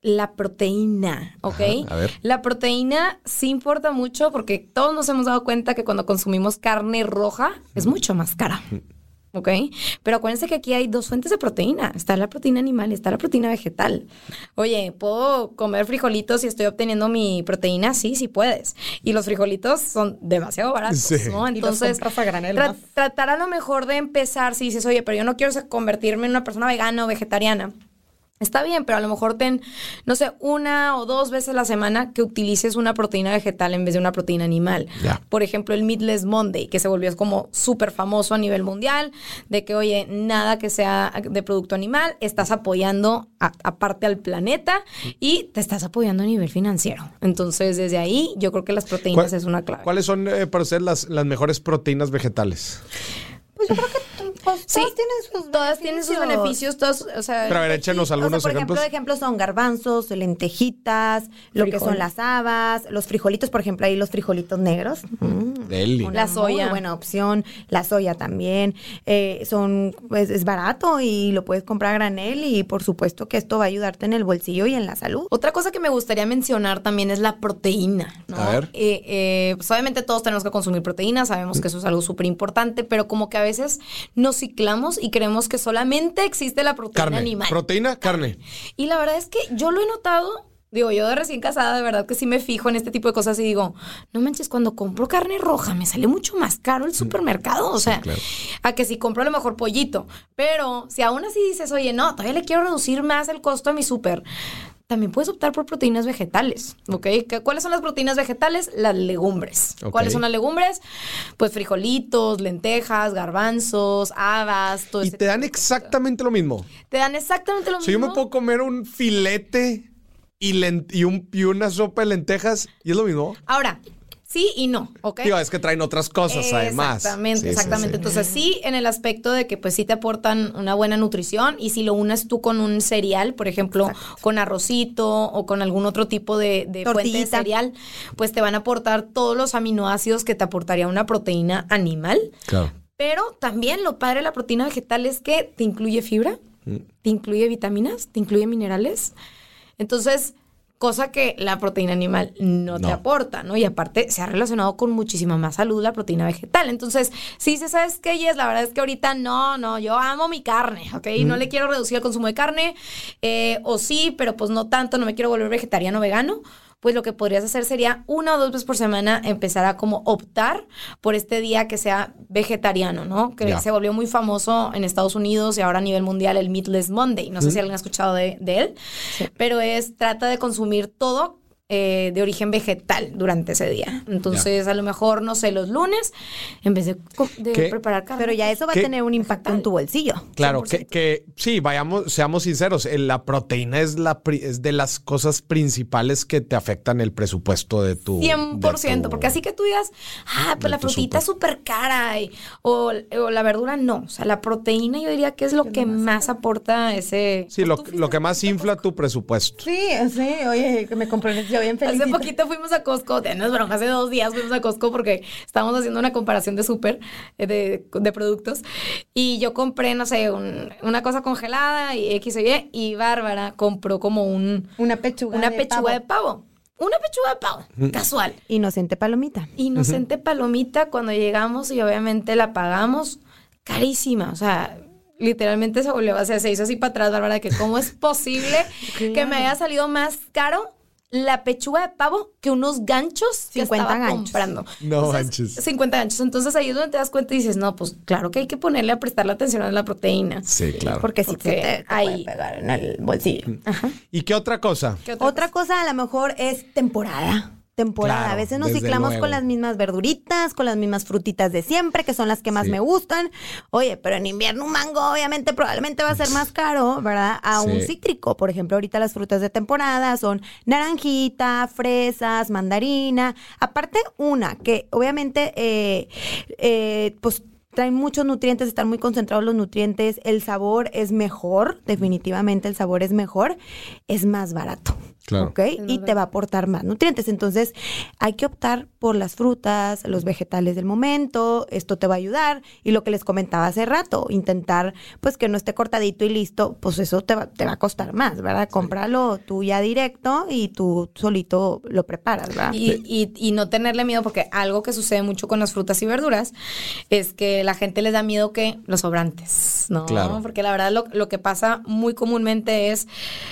la proteína, ¿ok? Ajá, a ver. La proteína sí importa mucho porque todos nos hemos dado cuenta que cuando consumimos carne roja es mucho más cara. ¿Ok? Pero acuérdense que aquí hay 2 fuentes de proteína. Está la proteína animal y está la proteína vegetal. Oye, ¿puedo comer frijolitos y estoy obteniendo mi proteína? Sí, sí puedes. Y los frijolitos son demasiado baratos, sí, ¿no? Entonces, tratar a lo mejor de empezar, si dices, oye, pero yo no quiero convertirme en una persona vegana o vegetariana. Está bien, pero a lo mejor no sé, 1 o 2 veces a la semana que utilices una proteína vegetal en vez de una proteína animal. Yeah. Por ejemplo, el Meatless Monday, que se volvió como súper famoso a nivel mundial, de que, oye, nada que sea de producto animal, estás apoyando aparte al planeta y te estás apoyando a nivel financiero. Entonces, desde ahí, yo creo que las proteínas es una clave. ¿Cuáles son para ustedes las mejores proteínas vegetales? Pues yo creo que todas tienen sus beneficios. Todas, o sea, pero a ver, échenos algunos por ejemplos. ejemplos son garbanzos, lentejitas, lo que son las habas, los frijolitos, por ejemplo, ahí los frijolitos negros. La soya. Muy buena opción. La soya también. Pues es barato y lo puedes comprar a granel y por supuesto que esto va a ayudarte en el bolsillo y en la salud. Otra cosa que me gustaría mencionar también es la proteína, ¿no? A ver. Pues obviamente todos tenemos que consumir proteína, sabemos que eso es algo súper importante, pero como que a veces nos ciclamos y creemos que solamente existe la proteína animal. Proteína, carne. Y la verdad es que yo lo he notado. Digo, yo de recién casada, de verdad que sí me fijo en este tipo de cosas y digo, no manches, cuando compro carne roja me sale mucho más caro el supermercado. O sea, claro, a que si compro a lo mejor pollito. Pero si aún así dices, oye, no, todavía le quiero reducir más el costo a mi súper, también puedes optar por proteínas vegetales, ¿ok? ¿Cuáles son las proteínas vegetales? Las legumbres. Okay. ¿Cuáles son las legumbres? Pues frijolitos, lentejas, garbanzos, habas, todo eso. ¿Y te dan exactamente lo mismo? Te dan exactamente lo mismo. Si yo me puedo comer un filete y una sopa de lentejas, ¿y es lo mismo? Ahora, sí y no, ¿ok? Digo, es que traen otras cosas además. Exactamente. Sí. Entonces sí, en el aspecto de que pues sí te aportan una buena nutrición y si lo unes tú con un cereal, por ejemplo, con arrocito o con algún otro tipo de fuente de cereal, pues te van a aportar todos los aminoácidos que te aportaría una proteína animal. Claro. Pero también lo padre de la proteína vegetal es que te incluye fibra, te incluye vitaminas, te incluye minerales. Entonces, cosa que la proteína animal no te aporta, ¿no? Y aparte se ha relacionado con muchísima más salud la proteína vegetal. Entonces, sí, ¿sabes qué? Yes, la verdad es que ahorita no, yo amo mi carne, ¿ok? No le quiero reducir el consumo de carne, o sí, pero pues no tanto, no me quiero volver vegetariano o vegano. Pues lo que podrías hacer sería 1 o 2 veces por semana empezar a como optar por este día que sea vegetariano, ¿no? Que se volvió muy famoso en Estados Unidos y ahora a nivel mundial el Meatless Monday. No sé si alguien ha escuchado de él, pero trata de consumir todo de origen vegetal durante ese día. Entonces, a lo mejor, no sé, los lunes, en vez de preparar carne. Pero ya eso va a tener un impacto en tu bolsillo. Claro, que sí, seamos sinceros, la proteína es de las cosas principales que te afectan el presupuesto de tu... 100%, porque así que tú digas, pues la frutita es súper cara, o la verdura no. O sea, la proteína yo diría que es lo que más aporta ese... Sí, lo que más infla tu presupuesto. Sí, oye, que me compré bien feliz. Hace poquito fuimos a Costco, hace 2 días fuimos a Costco porque estábamos haciendo una comparación de súper, de productos, y yo compré, no sé, una cosa congelada y X o Y, y Bárbara compró como una pechuga de pavo. Una pechuga de pavo, casual. Inocente palomita. Palomita, cuando llegamos y obviamente la pagamos carísima, o sea... Literalmente se hizo así para atrás, Bárbara, que cómo es posible que me haya salido más caro la pechuga de pavo que unos ganchos que estaba comprando. No ganchos. 50 ganchos. Entonces ahí es donde te das cuenta y dices, no, pues claro que hay que ponerle a prestar la atención a la proteína. Sí, claro. Porque si te puede pegar en el bolsillo. Ajá. ¿Y qué otra cosa? Otra cosa a lo mejor es temporada. Claro, a veces nos ciclamos con las mismas verduritas, con las mismas frutitas de siempre, que son las que más me gustan. Oye, pero en invierno un mango obviamente probablemente va a ser más caro, ¿verdad? A un cítrico. Por ejemplo, ahorita las frutas de temporada son naranjita, fresas, mandarina. Aparte que obviamente pues traen muchos nutrientes, están muy concentrados los nutrientes, el sabor es mejor, definitivamente el sabor es mejor, es más barato. Claro. ¿Ok? Y te va a aportar más nutrientes. Entonces, hay que optar por las frutas, los vegetales del momento. Esto te va a ayudar. Y lo que les comentaba hace rato, intentar, pues, que no esté cortadito y listo, pues eso te va a costar más, ¿verdad? Sí. Cómpralo tú ya directo y tú solito lo preparas, ¿verdad? Y no tenerle miedo, porque algo que sucede mucho con las frutas y verduras es que la gente les da miedo que los sobrantes, ¿no? Claro. Porque la verdad lo que pasa muy comúnmente es,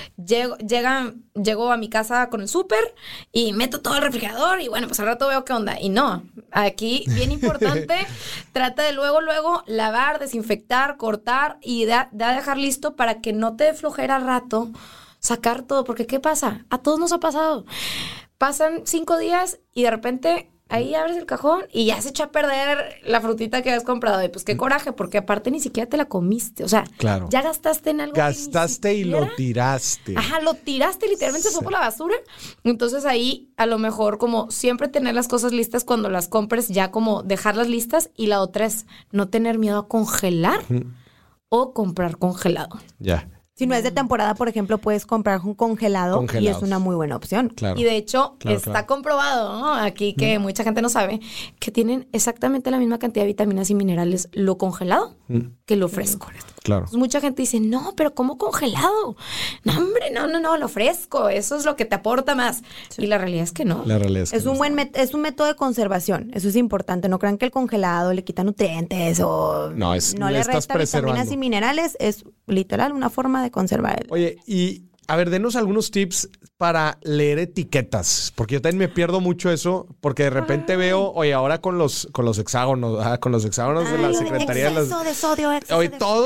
llego a mi casa con el súper y meto todo el refrigerador y bueno, pues al rato veo qué onda. Y no, aquí bien importante, trata de luego lavar, desinfectar, cortar y dejar listo para que no te dé flojera al rato sacar todo. Porque ¿qué pasa? A todos nos ha pasado. Pasan 5 días y de repente ahí abres el cajón y ya se echa a perder la frutita que habías comprado. Y pues qué coraje, porque aparte ni siquiera te la comiste. O sea, claro, ya gastaste en algo. Gastaste y lo tiraste. Ajá, lo tiraste, literalmente se fue por la basura. Entonces ahí, a lo mejor, como siempre tener las cosas listas cuando las compres, ya como dejarlas listas. Y la otra es no tener miedo a congelar o comprar congelado. Ya. Si no es de temporada, por ejemplo, puedes comprar un congelado y es una muy buena opción. Claro. Y de hecho, está comprobado, ¿no? Aquí que mucha gente no sabe, que tienen exactamente la misma cantidad de vitaminas y minerales lo congelado que lo fresco. Claro. Entonces, mucha gente dice, no, pero ¿cómo congelado? No, hombre, no, lo fresco, eso es lo que te aporta más. Sí. Y la realidad es que no. La realidad es que es un método de conservación, eso es importante. No crean que el congelado le quita nutrientes o no le resta vitaminas y minerales, es literal una forma de conservar. Oye, y a ver, denos algunos tips para leer etiquetas, porque yo también me pierdo mucho eso, porque de repente veo, oye, ahora con los hexágonos, de la Secretaría de las... de sodio, oye, todo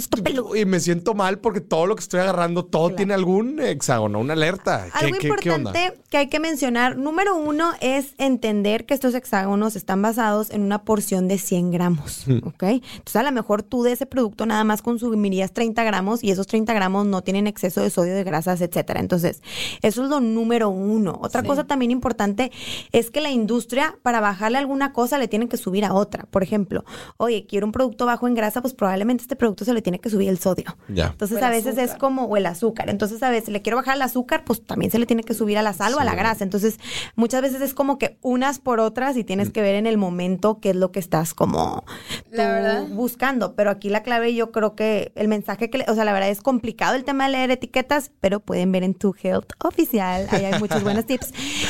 y me siento mal porque todo lo que estoy agarrando, todo tiene algún hexágono, una alerta. Algo importante que hay que mencionar, número 1 es entender que estos hexágonos están basados en una porción de 100 gramos, ¿ok? Entonces, a lo mejor tú de ese producto nada más consumirías 30 gramos y esos 30 gramos no tienen exceso de sodio, de grasas, etcétera. Entonces, eso es lo número 1. Otra cosa también importante es que la industria, para bajarle alguna cosa, le tienen que subir a otra. Por ejemplo, oye, quiero un producto bajo en grasa, pues probablemente este producto se le tiene que subir el sodio. Ya. Entonces, a veces es como, o el azúcar. Entonces, a veces le quiero bajar el azúcar, pues también se le tiene que subir a la sal o a la grasa. Entonces, muchas veces es como que unas por otras y tienes que ver en el momento qué es lo que estás como buscando. Pero aquí la clave, yo creo que el mensaje que, la verdad es complicado el tema de leer etiquetas, pero pueden ver en Tu Health Oficial, ahí hay muchos buenos tips.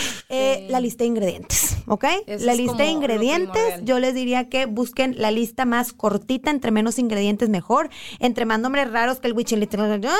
La lista de ingredientes, ¿ok? Eso la es lista de ingredientes, yo les diría que busquen la lista más cortita, entre menos ingredientes mejor, entre más nombres raros que el huichilite,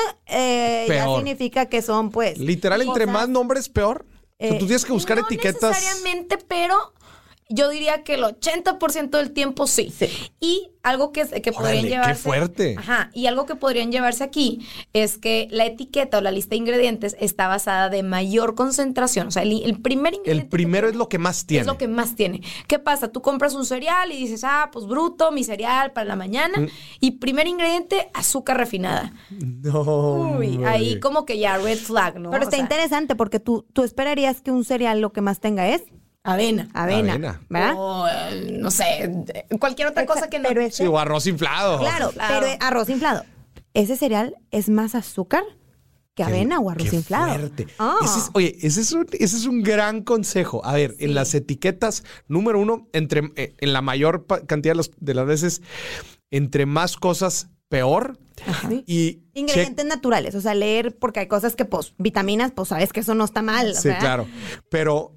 ya significa que son, pues... Literal, entre más nombres, peor. O sea, tú tienes que buscar etiquetas... No necesariamente, pero... Yo diría que el 80% del tiempo sí. Y algo que podrían llevarse... ¡Qué fuerte! Ajá. Y algo que podrían llevarse aquí es que la etiqueta o la lista de ingredientes está basada de mayor concentración. O sea, el primer ingrediente... El primero es lo que más tiene. Es lo que más tiene. ¿Qué pasa? Tú compras un cereal y dices, pues bruto, mi cereal para la mañana. Y primer ingrediente, azúcar refinada. No. Uy, ahí como que ya red flag, ¿no? Pero está interesante porque tú esperarías que un cereal lo que más tenga es... Avena, ¿verdad? O, no sé, cualquier otra cosa que no. Pero sí, o arroz inflado. Claro, pero arroz inflado. Ese cereal es más azúcar que avena o arroz inflado. Fuerte. Ese es un gran consejo. A ver, en las etiquetas, número 1, en la mayor cantidad de las veces, entre más cosas, peor. Ajá. Y ingredientes naturales, o sea, leer, porque hay cosas que, pues, vitaminas, pues sabes que eso no está mal. Sí, claro. Pero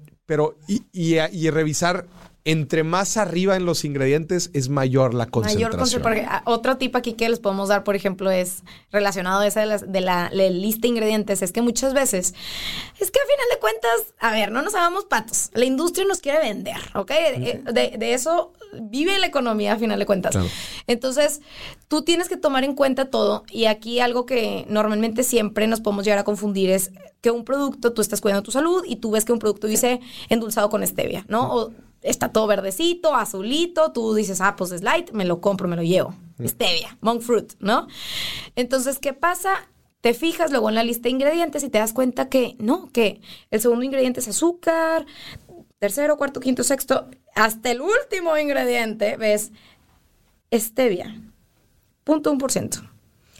revisar, entre más arriba en los ingredientes es mayor la concentración. Porque otro tip aquí que les podemos dar, por ejemplo, es relacionado a esa de la lista de ingredientes, es que muchas veces, es que a final de cuentas, a ver, no nos hagamos patos, la industria nos quiere vender, ¿ok? De eso vive la economía a final de cuentas. Claro. Entonces, tú tienes que tomar en cuenta todo, y aquí algo que normalmente siempre nos podemos llegar a confundir es que un producto, tú estás cuidando tu salud y tú ves que un producto dice endulzado con stevia, ¿no? O está todo verdecito, azulito, tú dices, pues es light, me lo compro, me lo llevo. Stevia, monk fruit, ¿no? Entonces, ¿qué pasa? Te fijas luego en la lista de ingredientes y te das cuenta que no, que el segundo ingrediente es azúcar, tercero, cuarto, quinto, sexto, hasta el último ingrediente, ves, stevia, 0.1%.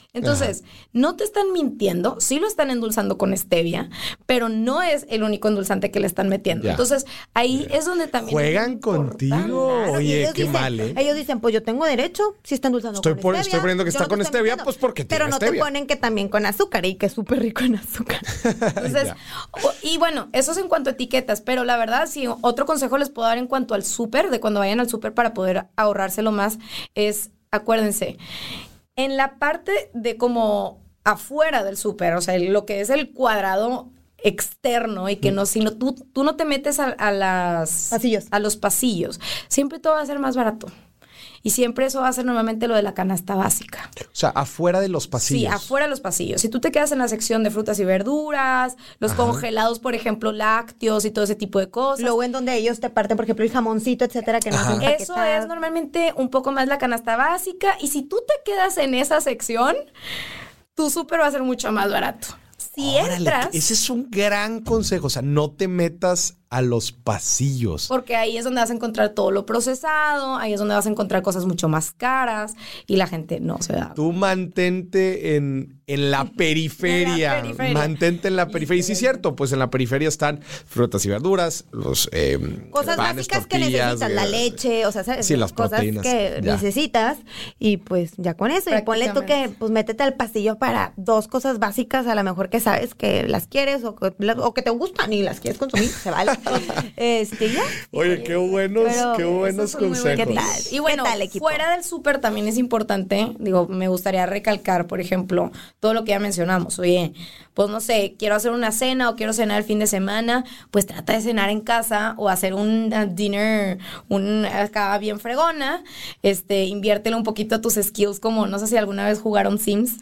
Entonces, no te están mintiendo, sí lo están endulzando con stevia, pero no es el único endulzante que le están metiendo. Ya. Entonces, ahí es donde también... Juegan contigo. Claro, y Oye, ellos qué dicen, mal, ¿eh? Ellos dicen, pues yo tengo derecho, si está endulzando Estoy con stevia. estoy poniendo que yo está no con te estoy stevia, mintiendo. pues porque Pero tiene no stevia. te ponen que también con azúcar y que es súper rico en azúcar. Entonces, y bueno, eso es en cuanto a etiquetas, pero la verdad, sí, otro consejo les puedo dar en cuanto al súper, de cuando vayan al súper para poder ahorrárselo más, es, acuérdense, en la parte de como afuera del súper, o sea, lo que es el cuadrado externo y que no, sino tú no te metes a los pasillos, siempre todo va a ser más barato. Y siempre eso va a ser normalmente lo de la canasta básica. O sea, afuera de los pasillos. Sí, afuera de los pasillos. Si tú te quedas en la sección de frutas y verduras, los congelados, por ejemplo, lácteos y todo ese tipo de cosas. Luego en donde ellos te parten, por ejemplo, el jamoncito, etcétera, que no se empaquetado. Eso es normalmente un poco más la canasta básica. Y si tú te quedas en esa sección, tu súper va a ser mucho más barato. Si entras... Ese es un gran consejo. O sea, no te metas a los pasillos. Porque ahí es donde vas a encontrar todo lo procesado, ahí es donde vas a encontrar cosas mucho más caras y la gente no se da. Tú mantente en la periferia. Mantente en la periferia. Y sí es cierto, pues en la periferia están frutas y verduras, los cosas panes, básicas que tortillas, necesitas, la leche, o sea, ¿sabes? Sí, las cosas proteínas, que ya. necesitas y pues ya con eso. Y ponle tú que pues métete al pasillo para dos cosas básicas a lo mejor que sabes que las quieres o que te gustan y las quieres consumir, se vale. Ya. Oye, qué buenos consejos. ¿Qué tal? Y bueno, ¿Qué tal, equipo? fuera del súper también es importante, digo, me gustaría recalcar, por ejemplo, todo lo que ya mencionamos. Oye, pues no sé, quiero hacer una cena o quiero cenar el fin de semana, pues trata de cenar en casa o hacer un dinner, acá bien fregona, inviértele un poquito a tus skills, como no sé si alguna vez jugaron Sims.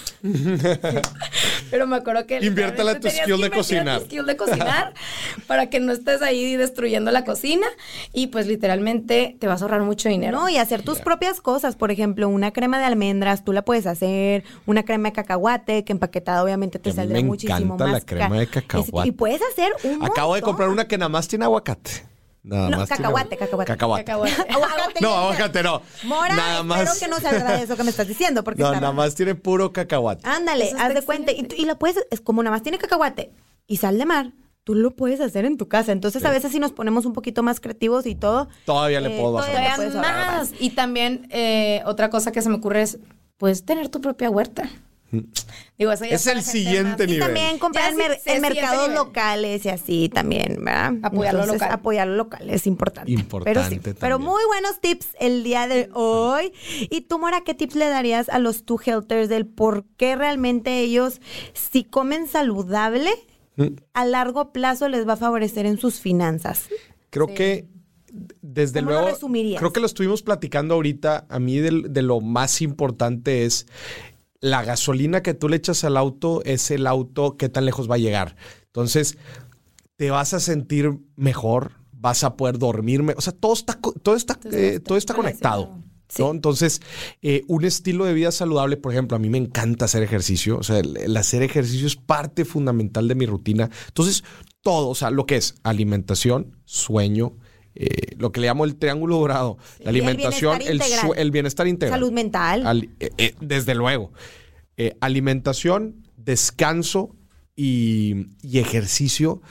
Pero me acuerdo que inviértela a tu skill de cocinar. Para que no estés ahí destruyendo la cocina y pues literalmente te vas a ahorrar mucho dinero. No, y hacer tus propias cosas, por ejemplo, una crema de almendras, tú la puedes hacer, una crema de cacahuate, que empaquetada obviamente te saldrá muchísimo más. Me encanta la crema de cacahuate. Y puedes hacer un montón. Acabo de comprar una que nada más tiene aguacate. Cacahuate. No, aguacate no. Mora, nada más. espero que no sea verdad eso que me estás diciendo. Porque no, nada más tiene puro cacahuate. Ándale, haz de cuenta. Y la puedes, es como nada más tiene cacahuate y sal de mar. Tú lo puedes hacer en tu casa. Entonces, a veces si nos ponemos un poquito más creativos y todo. Todavía le puedo bajar. Todavía más. Y también otra cosa que se me ocurre es, puedes tener tu propia huerta. Digo, eso ya es el siguiente nivel. Y también comprar en mercados locales y así también, ¿verdad? Apoyar lo local es importante. Pero muy buenos tips el día de hoy. Y tú, Mora, ¿qué tips le darías a los Two Healthers del por qué realmente ellos, si comen saludable, a largo plazo les va a favorecer en sus finanzas? Creo que desde luego, creo que lo estuvimos platicando ahorita. A mí de lo más importante es la gasolina que tú le echas al auto, es el auto qué tan lejos va a llegar. Entonces, te vas a sentir mejor, vas a poder dormir. O sea, todo está conectado. Sí. ¿No? Entonces, un estilo de vida saludable, por ejemplo, a mí me encanta hacer ejercicio. O sea, el hacer ejercicio es parte fundamental de mi rutina. Entonces, todo, o sea, lo que es alimentación, sueño, lo que le llamo el triángulo dorado, la alimentación, el bienestar integral. Salud mental. Desde luego. Alimentación, descanso y ejercicio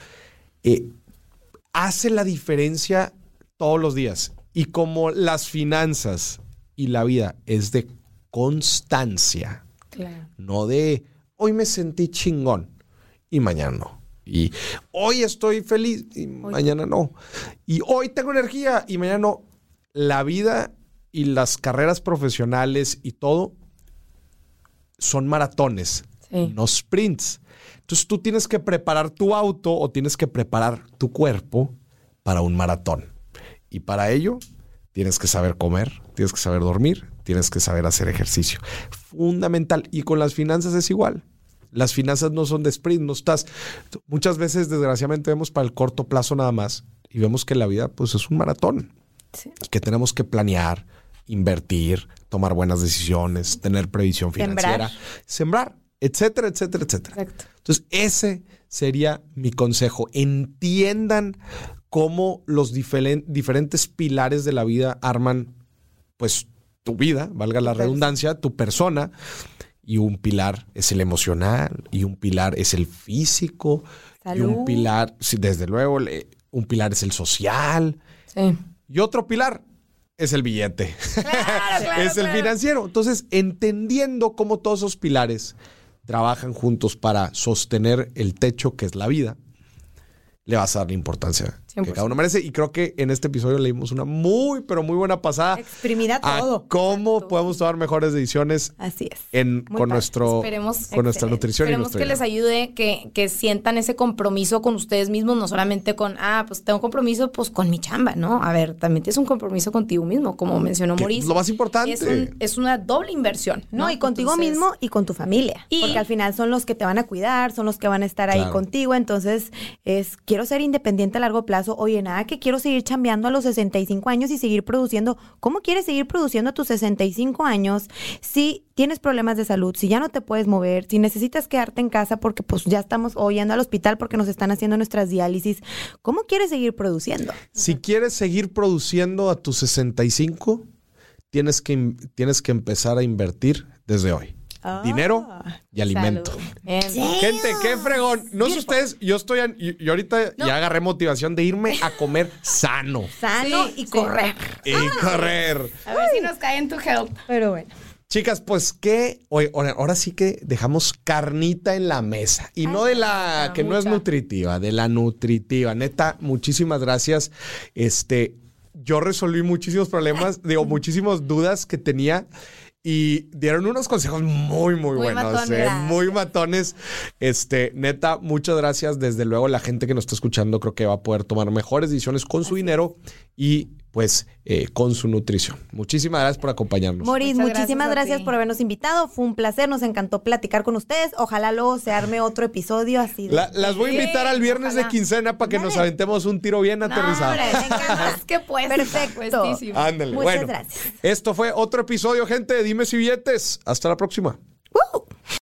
hace la diferencia todos los días. Y como las finanzas y la vida es de constancia, claro, no de hoy me sentí chingón y mañana no. Y hoy estoy feliz y mañana no. Y hoy tengo energía y mañana no. La vida y las carreras profesionales y todo son maratones, no sprints. Entonces tú tienes que preparar tu auto o tienes que preparar tu cuerpo para un maratón. Y para ello tienes que saber comer, tienes que saber dormir, tienes que saber hacer ejercicio. Fundamental. Y con las finanzas es igual. Las finanzas no son de sprint, no estás... Muchas veces, desgraciadamente, vemos para el corto plazo nada más y vemos que la vida pues es un maratón. Sí. Que tenemos que planear, invertir, tomar buenas decisiones, tener previsión financiera, sembrar, etcétera, etcétera, etcétera. Exacto. Entonces, ese sería mi consejo. Entiendan cómo los diferentes pilares de la vida arman pues tu vida, valga la redundancia, tu persona. y un pilar es el emocional, y un pilar es el físico, salud. Y un pilar, sí, desde luego, un pilar es el social. Sí. Y otro pilar es el billete. Claro, es el financiero. Entonces, entendiendo cómo todos esos pilares trabajan juntos para sostener el techo que es la vida, le vas a dar la importancia 100%. Que cada uno merece. Y creo que en este episodio le dimos una muy, pero muy buena pasada. Exprimida todo. A cómo podemos tomar mejores decisiones. Así es. Con nuestra nutrición. Esperemos que les ayude, que sientan ese compromiso con ustedes mismos, no solamente con, pues tengo compromiso pues con mi chamba, ¿no? A ver, también tienes un compromiso contigo mismo, como mencionó Maurice. Lo más importante. Es una doble inversión, ¿no? Y contigo mismo y con tu familia. Porque al final son los que te van a cuidar, son los que van a estar ahí contigo. Entonces, quiero ser independiente a largo plazo. Oye, nada que quiero seguir chambeando a los 65 años y seguir produciendo. ¿Cómo quieres seguir produciendo a tus 65 años si tienes problemas de salud, si ya no te puedes mover, si necesitas quedarte en casa porque pues ya estamos yendo al hospital porque nos están haciendo nuestras diálisis? ¿Cómo quieres seguir produciendo? Si quieres seguir produciendo a tus 65, tienes que empezar a invertir desde hoy. Dinero y alimento. Gente, qué fregón. No sé ustedes, yo ahorita ya agarré motivación de irme a comer sano. Y correr. Y correr. A ver si nos cae en tu health. Pero bueno. Chicas, pues ahora sí que dejamos carnita en la mesa. Y no de la que no es nutritiva, de la nutritiva. Neta, muchísimas gracias. Yo resolví muchísimos problemas, muchísimas dudas que tenía. Y dieron unos consejos muy buenos, muy matones. Neta, muchas gracias. Desde luego, la gente que nos está escuchando creo que va a poder tomar mejores decisiones con su dinero y pues con su nutrición. Muchísimas gracias por acompañarnos. Maurice, muchísimas gracias por habernos invitado. Fue un placer, nos encantó platicar con ustedes. Ojalá luego se arme otro episodio así. Las voy a invitar al viernes de quincena para que nos aventemos un tiro bien aterrizado. Me encanta. Es que pues. Perfecto. Ándale. Muchas gracias. Esto fue otro episodio, gente, de Dimes y Billetes. Hasta la próxima. ¡Woo!